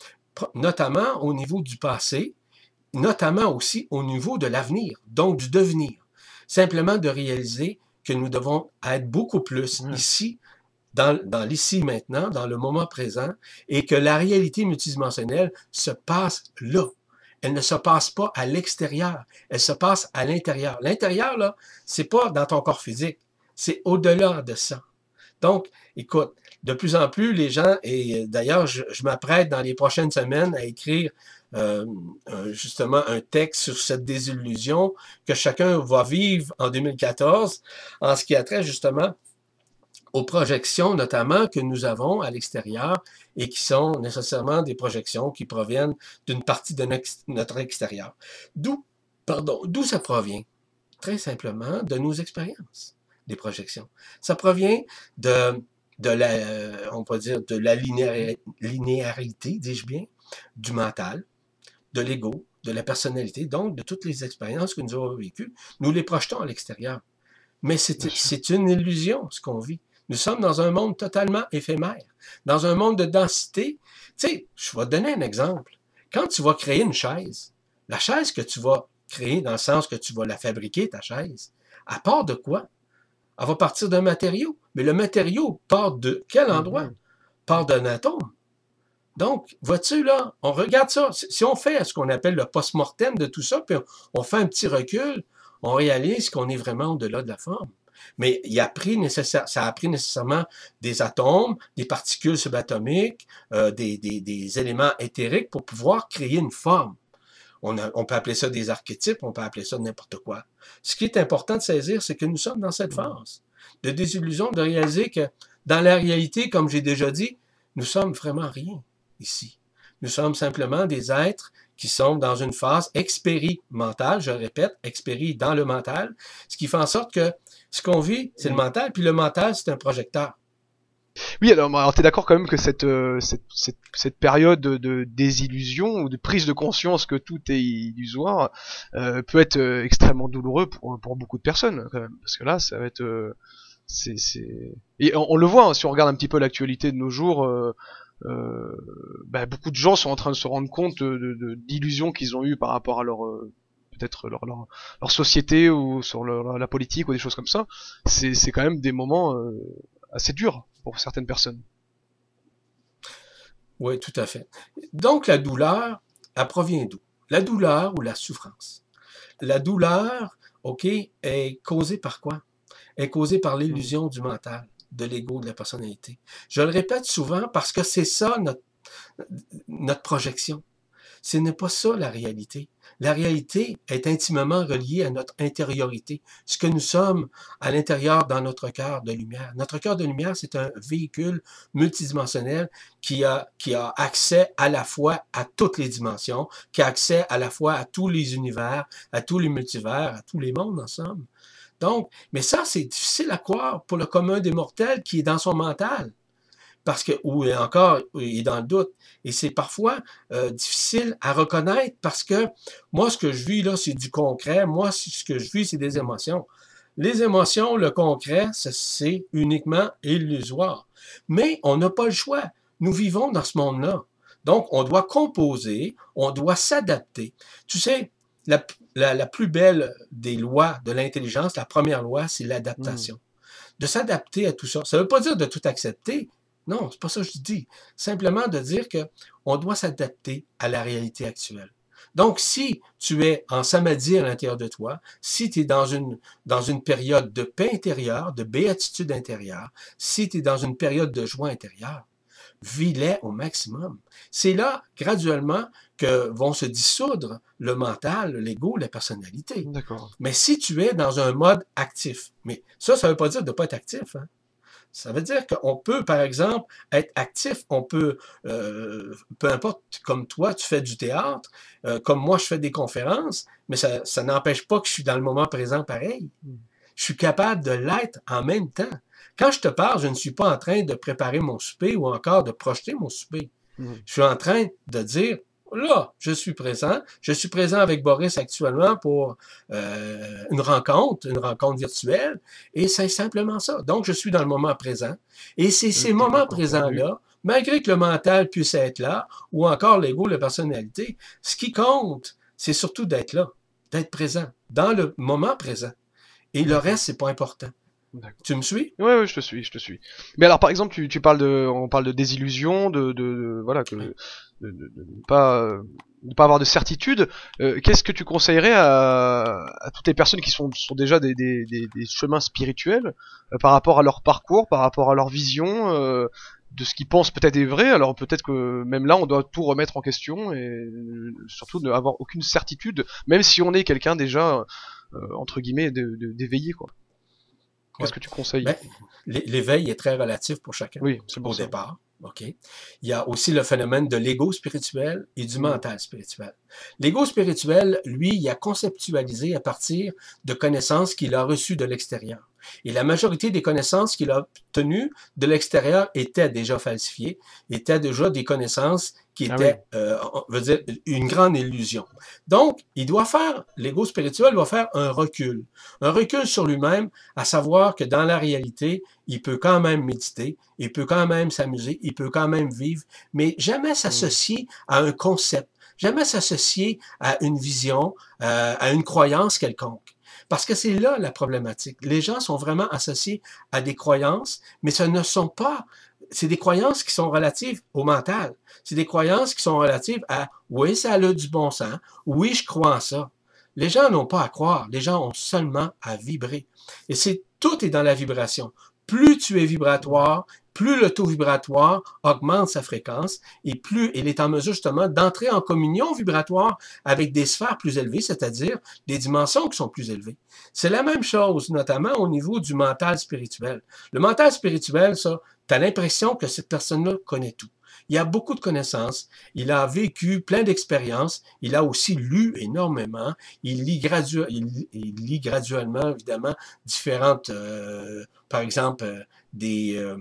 Speaker 2: notamment au niveau du passé, notamment aussi au niveau de l'avenir, donc du devenir. Simplement de réaliser que nous devons être beaucoup plus mmh. ici, dans, dans l'ici maintenant, dans le moment présent, et que la réalité multidimensionnelle se passe là. Elle ne se passe pas à l'extérieur, elle se passe à l'intérieur. L'intérieur, là, c'est pas dans ton corps physique, c'est au-delà de ça. Donc, écoute, de plus en plus, les gens, et d'ailleurs, je, je m'apprête dans les prochaines semaines à écrire euh, justement un texte sur cette désillusion que chacun va vivre en deux mille quatorze, en ce qui a trait justement aux projections notamment que nous avons à l'extérieur et qui sont nécessairement des projections qui proviennent d'une partie de notre extérieur. D'où, pardon, d'où ça provient? Très simplement de nos expériences, des projections. Ça provient de, de la, on peut dire, de la linéar, linéarité, dis-je bien, du mental, de l'ego, de la personnalité, donc de toutes les expériences que nous avons vécues. Nous les projetons à l'extérieur. Mais c'est, c'est une illusion, ce qu'on vit. Nous sommes dans un monde totalement éphémère, dans un monde de densité. Tu sais, je vais te donner un exemple. Quand tu vas créer une chaise, la chaise que tu vas créer, dans le sens que tu vas la fabriquer, ta chaise, elle part de quoi? Elle va partir d'un matériau. Mais le matériau part de quel endroit? Mm-hmm. Part d'un atome. Donc, vois-tu là, on regarde ça. Si on fait ce qu'on appelle le post-mortem de tout ça, puis on fait un petit recul, on réalise qu'on est vraiment au-delà de la forme. Mais il a pris nécessaire, ça a pris nécessairement des atomes, des particules subatomiques, euh, des, des, des éléments éthériques pour pouvoir créer une forme. On, a, on peut appeler ça des archétypes, on peut appeler ça n'importe quoi. Ce qui est important de saisir, c'est que nous sommes dans cette phase de désillusion, de réaliser que dans la réalité, comme j'ai déjà dit, nous sommes vraiment rien ici. Nous sommes simplement des êtres qui sont dans une phase expérimentale, je répète, expéri dans le mental, ce qui fait en sorte que ce qu'on vit, c'est le mental, puis le mental, c'est un projecteur.
Speaker 1: Oui, alors, alors t'es d'accord quand même que cette, euh, cette, cette, cette période de, de désillusion ou de prise de conscience que tout est illusoire euh, peut être euh, extrêmement douloureux pour, pour beaucoup de personnes quand même, parce que là, ça va être, euh, c'est, c'est, et on, on le voit hein, si on regarde un petit peu l'actualité de nos jours. Euh, euh, bah, beaucoup de gens sont en train de se rendre compte de, de, d'illusions qu'ils ont eues par rapport à leur euh, peut-être leur, leur leur société ou sur leur, la politique ou des choses comme ça. C'est c'est quand même des moments euh, assez durs pour certaines personnes.
Speaker 2: Oui, tout à fait. Donc, la douleur, elle provient d'où? La douleur ou la souffrance? La douleur, OK, est causée par quoi? Est causée par l'illusion du mental, de l'ego, de la personnalité. Je le répète souvent parce que c'est ça notre, notre projection. Ce n'est pas ça la réalité. La réalité est intimement reliée à notre intériorité, ce que nous sommes à l'intérieur dans notre cœur de lumière. Notre cœur de lumière, c'est un véhicule multidimensionnel qui a, qui a accès à la fois à toutes les dimensions, qui a accès à la fois à tous les univers, à tous les multivers, à tous les mondes en somme. Donc, mais ça, c'est difficile à croire pour le commun des mortels qui est dans son mental. Parce que, ou encore, il est dans le doute. Et c'est parfois euh, difficile à reconnaître parce que moi, ce que je vis là, c'est du concret. Moi, ce que je vis, c'est des émotions. Les émotions, le concret, c'est uniquement illusoire. Mais on n'a pas le choix. Nous vivons dans ce monde-là. Donc, on doit composer, on doit s'adapter. Tu sais, la, la, la plus belle des lois de l'intelligence, la première loi, c'est l'adaptation. Mmh. De s'adapter à tout ça. Ça ne veut pas dire de tout accepter. Non, c'est pas ça que je dis. Simplement de dire que on doit s'adapter à la réalité actuelle. Donc, si tu es en samadhi à l'intérieur de toi, si tu es dans une, dans une période de paix intérieure, de béatitude intérieure, si tu es dans une période de joie intérieure, vis-les au maximum. C'est là, graduellement, que vont se dissoudre le mental, l'ego, la personnalité.
Speaker 1: D'accord.
Speaker 2: Mais si tu es dans un mode actif, mais ça, ça ne veut pas dire de ne pas être actif, hein? Ça veut dire qu'on peut, par exemple, être actif, on peut, euh, peu importe, comme toi, tu fais du théâtre, euh, comme moi, je fais des conférences, mais ça, ça n'empêche pas que je suis dans le moment présent pareil. Je suis capable de l'être en même temps. Quand je te parle, je ne suis pas en train de préparer mon souper ou encore de projeter mon souper. Mmh. Je suis en train de dire, là, je suis présent. Je suis présent avec Boris actuellement pour euh, une rencontre, une rencontre virtuelle, et c'est simplement ça. Donc, je suis dans le moment présent. Et c'est ces moments présents-là, malgré que le mental puisse être là, ou encore l'ego, la personnalité, ce qui compte, c'est surtout d'être là, d'être présent, dans le moment présent. Et le reste, c'est pas important. Tu me suis?
Speaker 1: Oui, oui, je te suis, je te suis. Mais alors, par exemple, tu, tu parles de, on parle de désillusion, de, de, de voilà, que, de, de, de, de ne pas, euh, de pas avoir de certitude. Euh, Qu'est-ce que tu conseillerais à, à toutes les personnes qui sont, sont déjà des, des, des, des chemins spirituels euh, par rapport à leur parcours, par rapport à leur vision, euh, de ce qu'ils pensent peut-être est vrai. Alors peut-être que même là, on doit tout remettre en question et surtout ne avoir aucune certitude, même si on est quelqu'un déjà euh, entre guillemets d'éveillé, quoi. Qu'est-ce ouais. que tu conseilles?
Speaker 2: Ben, l'éveil est très relatif pour chacun.
Speaker 1: Oui, c'est bon
Speaker 2: au
Speaker 1: ça.
Speaker 2: départ. OK. Il y a aussi le phénomène de l'ego spirituel et du mmh. mental spirituel. L'ego spirituel, lui, il a conceptualisé à partir de connaissances qu'il a reçues de l'extérieur. Et la majorité des connaissances qu'il a obtenues de l'extérieur étaient déjà falsifiées, étaient déjà des connaissances qui étaient, ah oui. euh, on veut dire, une grande illusion. Donc, il doit faire, l'ego spirituel doit faire un recul. Un recul sur lui-même, à savoir que dans la réalité, il peut quand même méditer, il peut quand même s'amuser, il peut quand même vivre, mais jamais s'associer à un concept, jamais s'associer à une vision, euh, à une croyance quelconque. Parce que c'est là la problématique. Les gens sont vraiment associés à des croyances, mais ce ne sont pas, c'est des croyances qui sont relatives au mental. C'est des croyances qui sont relatives à, oui, ça a du bon sens, oui, je crois en ça. Les gens n'ont pas à croire, les gens ont seulement à vibrer. Et c'est, tout est dans la vibration. Plus tu es vibratoire, plus le taux vibratoire augmente sa fréquence et plus il est en mesure justement d'entrer en communion vibratoire avec des sphères plus élevées, c'est-à-dire des dimensions qui sont plus élevées. C'est la même chose, notamment au niveau du mental spirituel. Le mental spirituel, ça, tu as l'impression que cette personne-là connaît tout. Il a beaucoup de connaissances, il a vécu plein d'expériences, il a aussi lu énormément, il lit, gradu il, il lit graduellement, évidemment, différentes, euh, par exemple, euh, des, euh,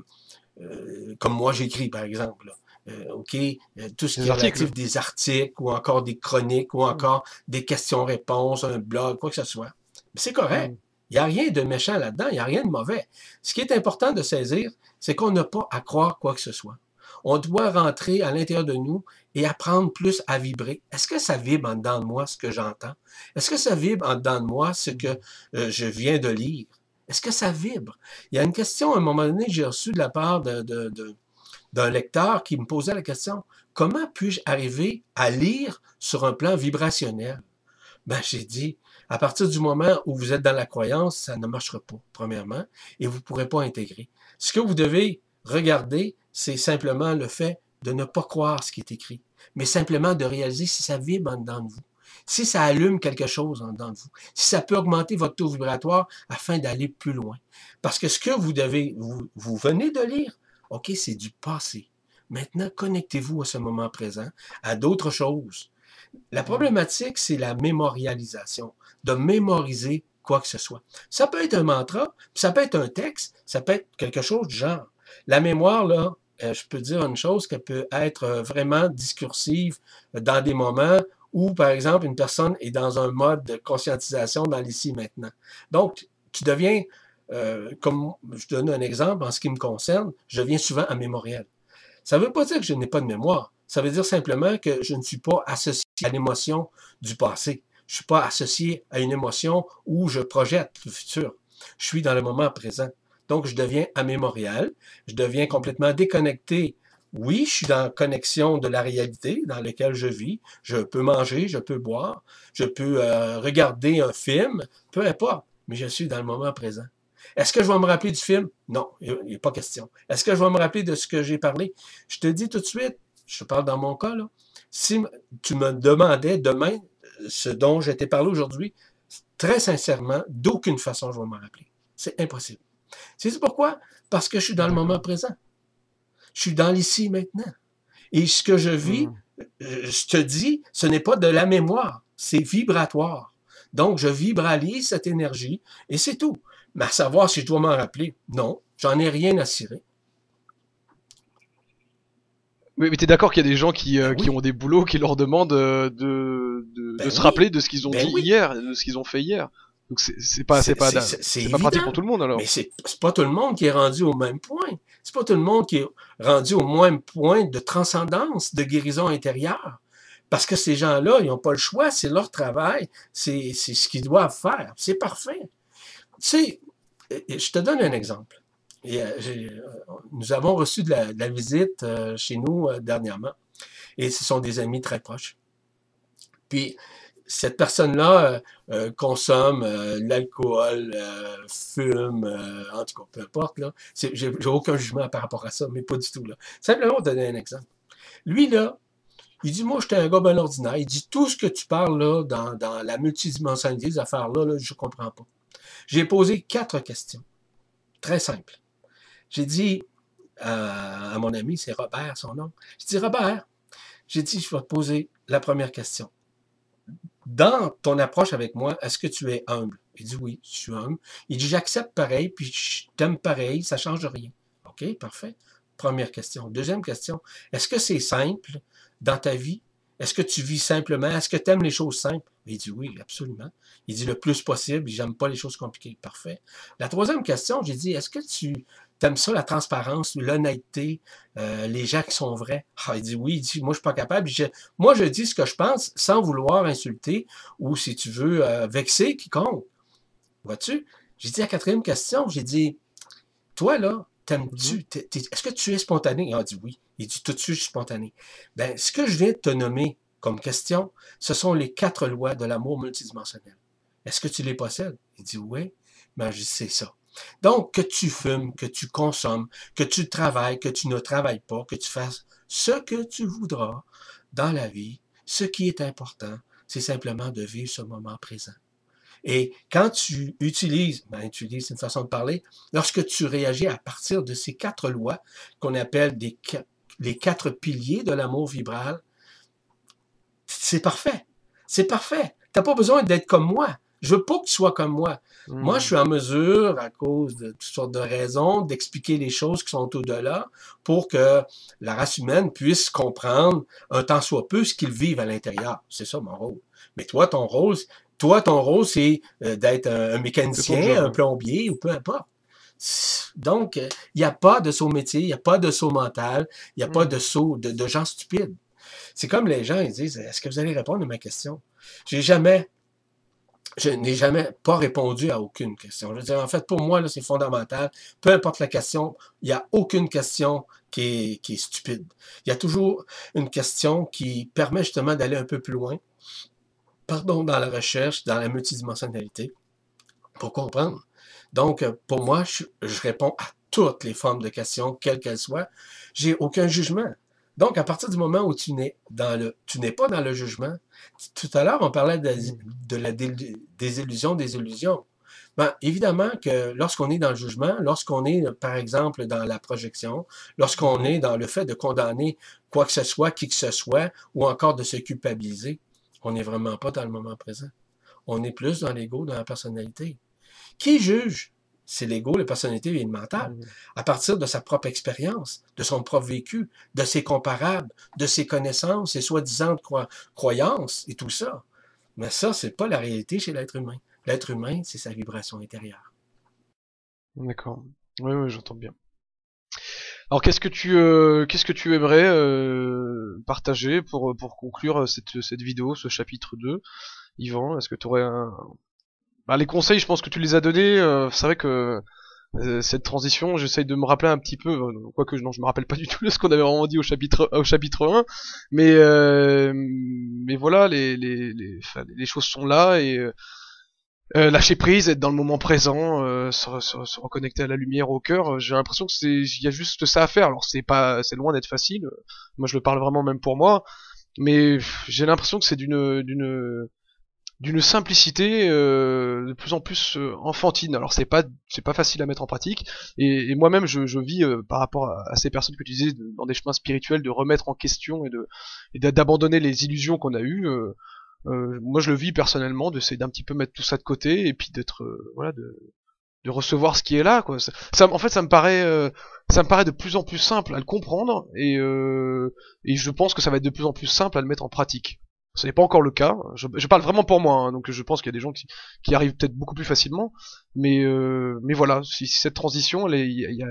Speaker 2: euh, comme moi j'écris, par exemple, là. Euh, OK, euh, tout ce qui
Speaker 1: Des
Speaker 2: est
Speaker 1: articles.
Speaker 2: relatif des articles, ou encore des chroniques, ou
Speaker 1: Mm.
Speaker 2: encore des questions-réponses, un blog, quoi que ce soit. C'est correct.
Speaker 1: Mm.
Speaker 2: Il n'y a rien de méchant là-dedans, il n'y a rien de mauvais. Ce qui est important de saisir, c'est qu'on n'a pas à croire quoi que ce soit. On doit rentrer à l'intérieur de nous et apprendre plus à vibrer. Est-ce que ça vibre en dedans de moi ce que j'entends? Est-ce que ça vibre en dedans de moi ce que euh, je viens de lire? Est-ce que ça vibre? Il y a une question, à un moment donné, que j'ai reçue de la part de, de, de, d'un lecteur qui me posait la question, comment puis-je arriver à lire sur un plan vibrationnel? Ben, j'ai dit, à partir du moment où vous êtes dans la croyance, ça ne marchera pas, premièrement, et vous ne pourrez pas intégrer. Ce que vous devez regarder, c'est simplement le fait de ne pas croire ce qui est écrit, mais simplement de réaliser si ça vibre en dedans de vous, si ça allume quelque chose en dedans de vous, si ça peut augmenter votre taux vibratoire afin d'aller plus loin. Parce que ce que vous devez, vous, vous venez de lire, OK, c'est du passé. Maintenant, connectez-vous à ce moment présent, à d'autres choses. La problématique, c'est la mémorialisation, de mémoriser quoi que ce soit. Ça peut être un mantra, ça peut être un texte, ça peut être quelque chose du genre. La mémoire, là, euh, je peux dire une chose qu'elle peut être vraiment discursive dans des moments où, par exemple, une personne est dans un mode de conscientisation dans l'ici et maintenant. Donc, tu deviens, euh, comme je donne un exemple en ce qui me concerne, je deviens souvent amémorial. Ça ne veut pas dire que je n'ai pas de mémoire. Ça veut dire simplement que je ne suis pas associé à l'émotion du passé. Je ne suis pas associé à une émotion où je projette le futur. Je suis dans le moment présent. Donc, je deviens amémorial. Je deviens complètement déconnecté. Oui, je suis dans la connexion de la réalité dans laquelle je vis. Je peux manger, je peux boire, je peux euh, regarder un film, peu importe, mais je suis dans le moment présent. Est-ce que je vais me rappeler du film? Non, il n'y a pas question. Est-ce que je vais me rappeler de ce que j'ai parlé? Je te dis tout de suite, je te parle dans mon cas, là, si tu me demandais demain ce dont je t'ai parlé aujourd'hui, très sincèrement, d'aucune façon je vais m'en rappeler. C'est impossible. C'est pourquoi? Parce que je suis dans le moment présent. Je suis dans l'ici maintenant. Et ce que je vis, je te dis, ce n'est pas de la mémoire, c'est vibratoire. Donc, je vibralise cette énergie et c'est tout. Mais à savoir si je dois m'en rappeler, non, j'en ai rien à cirer.
Speaker 1: Oui, mais t'es d'accord qu'il y a des gens qui, euh,
Speaker 2: Ben
Speaker 1: qui
Speaker 2: oui.
Speaker 1: ont des boulots qui leur demandent euh, de, de,
Speaker 2: Ben
Speaker 1: de se
Speaker 2: oui.
Speaker 1: rappeler de ce qu'ils ont
Speaker 2: Ben
Speaker 1: dit
Speaker 2: oui.
Speaker 1: hier, de ce qu'ils ont fait hier. Donc c'est c'est pas c'est pas
Speaker 2: C'est
Speaker 1: c'est pas pratique pour tout le monde alors.
Speaker 2: Mais c'est pas tout le monde qui est rendu au même point. C'est pas tout le monde qui est rendu au même point de transcendance, de guérison intérieure. Parce que ces gens-là, ils n'ont pas le choix, c'est leur travail, c'est ce qu'ils doivent faire. C'est parfait. Tu sais, je te donne un exemple. Et, euh, nous avons reçu de la, de la visite euh, chez nous euh, dernièrement. Et ce sont des amis très proches. Puis, cette personne-là euh, euh, consomme euh, l'alcool, euh, fume, euh, en tout cas, peu importe. Là, j'ai aucun jugement par rapport à ça, mais pas du tout. Là. Simplement, donner un exemple. Lui, là, il dit, moi, j'étais un gars bien ordinaire. Il dit, tout ce que tu parles là, dans, dans la multidimensionnalité des affaires-là, là, je ne comprends pas. J'ai posé quatre questions. Très simples. J'ai dit à, à mon ami, c'est Robert, son nom. J'ai dit, Robert, j'ai dit, je vais te poser la première question. Dans ton approche avec moi, est-ce que tu es humble? Il dit, oui, je suis humble. Il dit, j'accepte pareil, puis je t'aime pareil, ça ne change rien. OK, parfait. Première question. Deuxième question, est-ce que c'est simple dans ta vie? Est-ce que tu vis simplement? Est-ce que tu aimes les choses simples? Il dit oui, absolument. Il dit le plus possible, j'aime pas les choses compliquées. Parfait. La troisième question, j'ai dit, est-ce que tu aimes ça, la transparence, l'honnêteté, euh, les gens qui sont vrais? Ah, il dit oui, il dit, moi je suis pas capable. Je, moi je dis ce que je pense sans vouloir insulter ou si tu veux euh, vexer quiconque. Vois-tu? J'ai dit la quatrième question, j'ai dit, toi là, t'aimes-tu, est-ce que tu es spontané? Il a dit oui. Il dit tout de suite, je suis spontané. Ben, ce que je viens de te nommer comme question, ce sont les quatre lois de l'amour multidimensionnel. Est-ce que tu les possèdes? Il dit oui. Ben, je dis c'est ça. Donc, que tu fumes, que tu consommes, que tu travailles, que tu ne travailles pas, que tu fasses ce que tu voudras dans la vie, ce qui est important, c'est simplement de vivre ce moment présent. Et quand tu utilises, ben, utilises une façon de parler, lorsque tu réagis à partir de ces quatre lois qu'on appelle des les quatre piliers de l'amour vibral, c'est parfait. C'est parfait. T'as pas besoin d'être comme moi. Je veux pas que tu sois comme moi. Mmh. Moi, je suis en mesure, à cause de toutes sortes de raisons, d'expliquer les choses qui sont au-delà pour que la race humaine puisse comprendre un tant soit peu ce qu'ils vivent à l'intérieur. C'est ça mon rôle. Mais toi, ton rôle, toi, ton rôle, c'est d'être un mécanicien, un plombier ou peu importe. Donc, il n'y a pas de saut métier, il n'y a pas de saut mental, il n'y a mmh. pas de saut de, de gens stupides. C'est comme les gens, ils disent, est-ce que vous allez répondre à ma question? J'ai jamais, je n'ai jamais pas répondu à aucune question. Je veux dire, en fait, pour moi, là, c'est fondamental. Peu importe la question, il n'y a aucune question qui est, qui est stupide. Il y a toujours une question qui permet justement d'aller un peu plus loin, pardon, dans la recherche, dans la multidimensionnalité, pour comprendre. Donc, pour moi, je, je réponds à toutes les formes de questions, quelles qu'elles soient. J'ai aucun jugement. Donc, à partir du moment où tu n'es dans le, tu n'es pas dans le jugement, tout à l'heure, on parlait de, de la désillusion des illusions. Ben, évidemment que lorsqu'on est dans le jugement, lorsqu'on est, par exemple, dans la projection, lorsqu'on est dans le fait de condamner quoi que ce soit, qui que ce soit, ou encore de se culpabiliser, on n'est vraiment pas dans le moment présent. On est plus dans l'ego, dans la personnalité. Qui juge? C'est l'ego, la personnalité et le mental. À partir de sa propre expérience, de son propre vécu, de ses comparables, de ses connaissances, ses soi-disant cro croyances et tout ça. Mais ça, c'est pas la réalité chez l'être humain. L'être humain, c'est sa vibration intérieure.
Speaker 1: D'accord. Oui, oui, j'entends bien. Alors, qu'est-ce que tu, euh, qu'est-ce que tu aimerais euh, partager pour pour conclure cette cette vidéo, ce chapitre deux, Yvan? Est-ce que tu aurais un Bah, les conseils, je pense que tu les as donnés. Euh, c'est vrai que euh, cette transition, j'essaye de me rappeler un petit peu, euh, quoique non, je me rappelle pas du tout de ce qu'on avait vraiment dit au chapitre au chapitre un, mais euh, mais voilà, les les les, enfin, les choses sont là et euh, lâcher prise, être dans le moment présent, euh, se, se, se reconnecter à la lumière, au cœur. J'ai l'impression que c'est, il y a juste ça à faire. Alors c'est pas, c'est loin d'être facile. Moi, je le parle vraiment même pour moi, mais j'ai l'impression que c'est d'une d'une d'une simplicité euh, de plus en plus euh, enfantine. Alors c'est pas c'est pas facile à mettre en pratique et, et moi-même je, je vis euh, par rapport à, à ces personnes que tu disais de, dans des chemins spirituels de remettre en question et de et d'abandonner les illusions qu'on a eues. Euh, euh, moi je le vis personnellement d'essayer d'un petit peu mettre tout ça de côté et puis d'être euh, voilà de de recevoir ce qui est là quoi. Ça, ça en fait ça me paraît euh, ça me paraît de plus en plus simple à le comprendre et euh, et je pense que ça va être de plus en plus simple à le mettre en pratique. Ce n'est pas encore le cas. Je, je parle vraiment pour moi, hein, donc je pense qu'il y a des gens qui, qui arrivent peut-être beaucoup plus facilement. Mais, euh, mais voilà, si, si cette transition, il y a, y, a,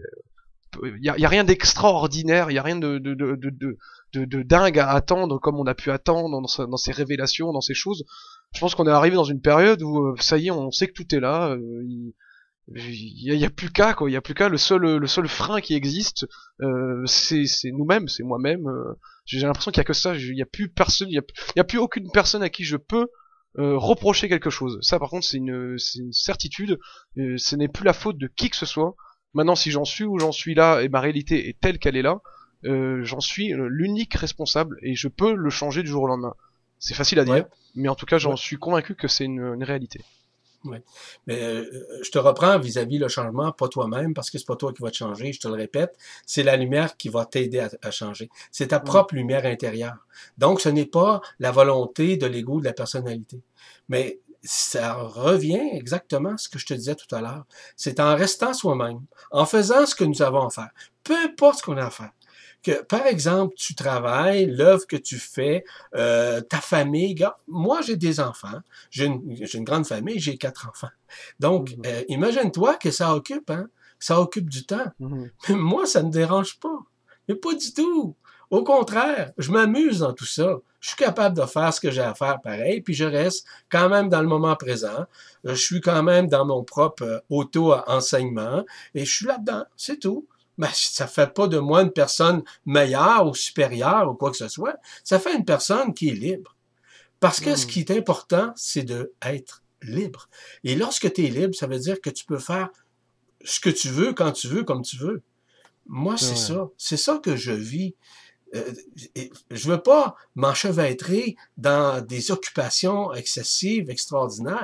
Speaker 1: y, a, y a rien d'extraordinaire, il y a rien de, de, de, de, de, de dingue à attendre comme on a pu attendre dans, sa, dans ces révélations, dans ces choses. Je pense qu'on est arrivé dans une période où euh, ça y est, on sait que tout est là. Euh, il, il y a, y a plus qu'à quoi, il y a plus qu'à. Le seul, le seul frein qui existe, euh, c'est, c'est nous-mêmes, c'est moi-même. Euh, j'ai l'impression qu'il y a que ça. Il y a plus personne, il y a, y a plus aucune personne à qui je peux euh, reprocher quelque chose. Ça, par contre, c'est une, c'est une certitude. Euh, ce n'est plus la faute de qui que ce soit. Maintenant, si j'en suis où j'en suis là et ma réalité est telle qu'elle est là, euh, j'en suis l'unique responsable et je peux le changer du jour au lendemain. C'est facile à dire, ouais. Mais en tout cas, j'en ouais. suis convaincu que c'est une, une réalité.
Speaker 2: Oui. Mais euh, je te reprends vis-à-vis le changement, pas toi-même, parce que c'est pas toi qui va te changer, je te le répète, c'est la lumière qui va t'aider à, à changer. C'est ta propre mmh. lumière intérieure. Donc, ce n'est pas la volonté de l'ego, de la personnalité. Mais ça revient exactement à ce que je te disais tout à l'heure. C'est en restant soi-même, en faisant ce que nous avons à faire, peu importe ce qu'on a à faire. Que, par exemple, tu travailles, l'œuvre que tu fais, euh, ta famille, gars, moi j'ai des enfants, j'ai une, j'ai une grande famille, j'ai quatre enfants. Donc, mmh. euh, imagine-toi que ça occupe, hein, ça occupe du temps. Mmh. Mais moi, ça ne me dérange pas. Mais pas du tout. Au contraire, je m'amuse dans tout ça. Je suis capable de faire ce que j'ai à faire pareil, puis je reste quand même dans le moment présent. Je suis quand même dans mon propre auto-enseignement, et je suis là-dedans, c'est tout. Ben, ça fait pas de moi une personne meilleure ou supérieure ou quoi que ce soit. Ça fait une personne qui est libre. Parce que mmh. ce qui est important, c'est d'être libre. Et lorsque tu es libre, ça veut dire que tu peux faire ce que tu veux, quand tu veux, comme tu veux. Moi, c'est ouais. ça. C'est ça que je vis. Euh, je veux pas m'enchevêtrer dans des occupations excessives, extraordinaires.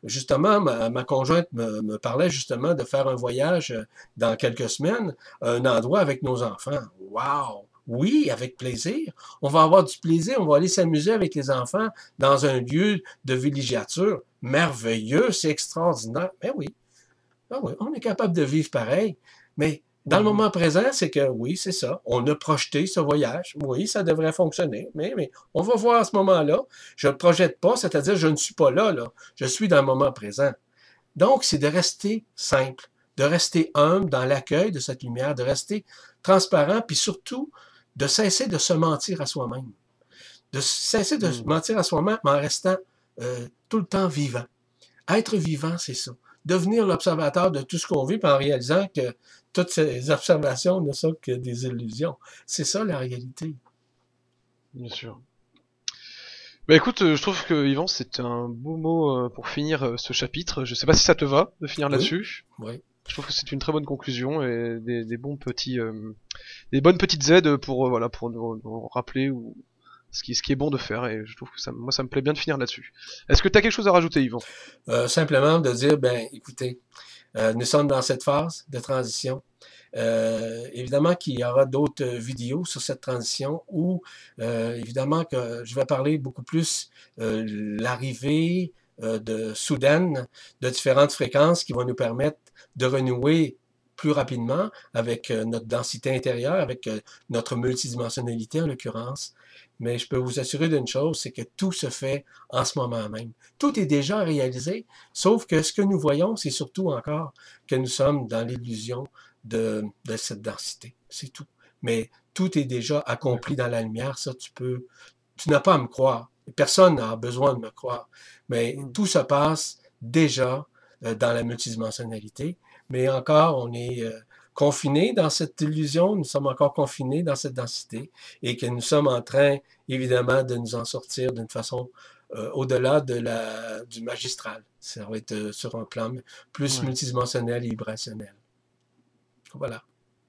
Speaker 2: justement, ma, ma conjointe me, me parlait justement de faire un voyage dans quelques semaines à un endroit avec nos enfants. Wow! Oui, avec plaisir. On va avoir du plaisir, on va aller s'amuser avec les enfants dans un lieu de villégiature. Merveilleux, c'est extraordinaire. Mais oui, ah oui, on est capable de vivre pareil. Mais dans le
Speaker 1: Mhm.
Speaker 2: moment présent, c'est que oui, c'est ça. On a projeté ce voyage. Oui, ça devrait fonctionner. Mais, mais on va voir à ce moment-là. Je ne projette pas, c'est-à-dire je ne suis pas là, là. Je suis dans le moment présent. Donc, c'est de rester simple, de rester humble dans l'accueil de cette lumière, de rester transparent, puis surtout de cesser de se mentir à soi-même. De cesser de se
Speaker 1: Mhm.
Speaker 2: mentir à soi-même en restant euh, tout le temps vivant. Être vivant, c'est ça. Devenir l'observateur de tout ce qu'on vit, puis en réalisant que toutes ces observations ne sont que des illusions. C'est ça la réalité.
Speaker 1: Bien sûr. Bah écoute, euh, je trouve que Yvan, c'est un beau mot euh, pour finir euh, ce chapitre. Je sais pas si ça te va de finir
Speaker 2: Oui,
Speaker 1: là-dessus.
Speaker 2: oui.
Speaker 1: Je trouve que c'est une très bonne conclusion et des, des bons petits, euh, des bonnes petites aides pour euh, voilà pour nous, nous rappeler où, ce qui, ce qui est bon de faire. Et je trouve que ça, moi, ça me plaît bien de finir là-dessus. Est-ce que t'as quelque chose à rajouter, Yvan?
Speaker 2: Euh, simplement de dire, ben, écoutez, euh, nous sommes dans cette phase de transition. Euh, évidemment qu'il y aura d'autres vidéos sur cette transition où, euh, évidemment, que je vais parler beaucoup plus euh, l'arrivée euh, de soudaine de différentes fréquences qui vont nous permettre de renouer plus rapidement avec euh, notre densité intérieure, avec euh, notre multidimensionnalité en l'occurrence. Mais je peux vous assurer d'une chose, c'est que tout se fait en ce moment même. Tout est déjà réalisé, sauf que ce que nous voyons, c'est surtout encore que nous sommes dans l'illusion de, de cette densité. C'est tout. Mais tout est déjà accompli
Speaker 1: D'accord.
Speaker 2: dans la lumière. Ça, tu peux, tu n'as pas à me croire. Personne n'a besoin de me croire. Mais
Speaker 1: Mm.
Speaker 2: tout se passe déjà euh, dans la multidimensionnalité. Mais encore, on est euh, confiné dans cette illusion. Nous sommes encore confinés dans cette densité et que nous sommes en train, évidemment, de nous en sortir d'une façon euh, au-delà de la, du magistral. Ça va être euh, sur un plan plus
Speaker 1: Ouais.
Speaker 2: multidimensionnel et vibrationnel. Voilà.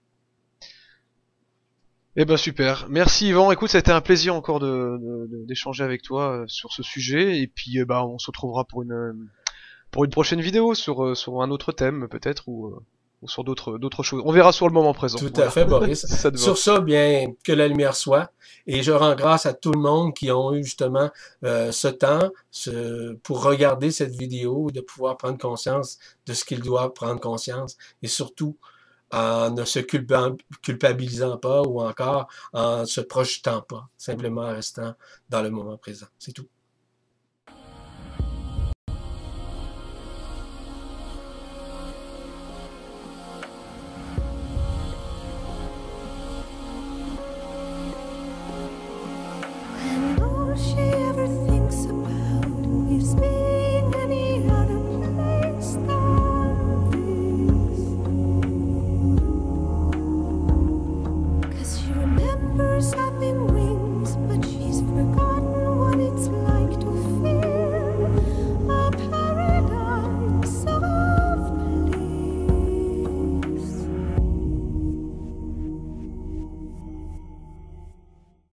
Speaker 1: Eh ben super. Merci Yvan. Écoute, ça a été un plaisir encore de, de- de- d'échanger avec toi euh, sur ce sujet. Et puis, euh, bah, on se retrouvera pour une euh, pour une prochaine vidéo sur euh, sur un autre thème peut-être ou, euh, ou sur d'autres d'autres choses. On verra sur le moment présent.
Speaker 2: Tout à
Speaker 1: Voilà,
Speaker 2: fait, Boris.
Speaker 1: si ça te va.
Speaker 2: Sur ça, bien, que la lumière soit. Et je rends grâce à tout le monde qui ont eu justement euh, ce temps ce, pour regarder cette vidéo, de pouvoir prendre conscience de ce qu'ils doivent prendre conscience. Et surtout, en ne se culpa- culpabilisant pas ou encore en se projetant pas, simplement en restant dans le moment présent. C'est tout.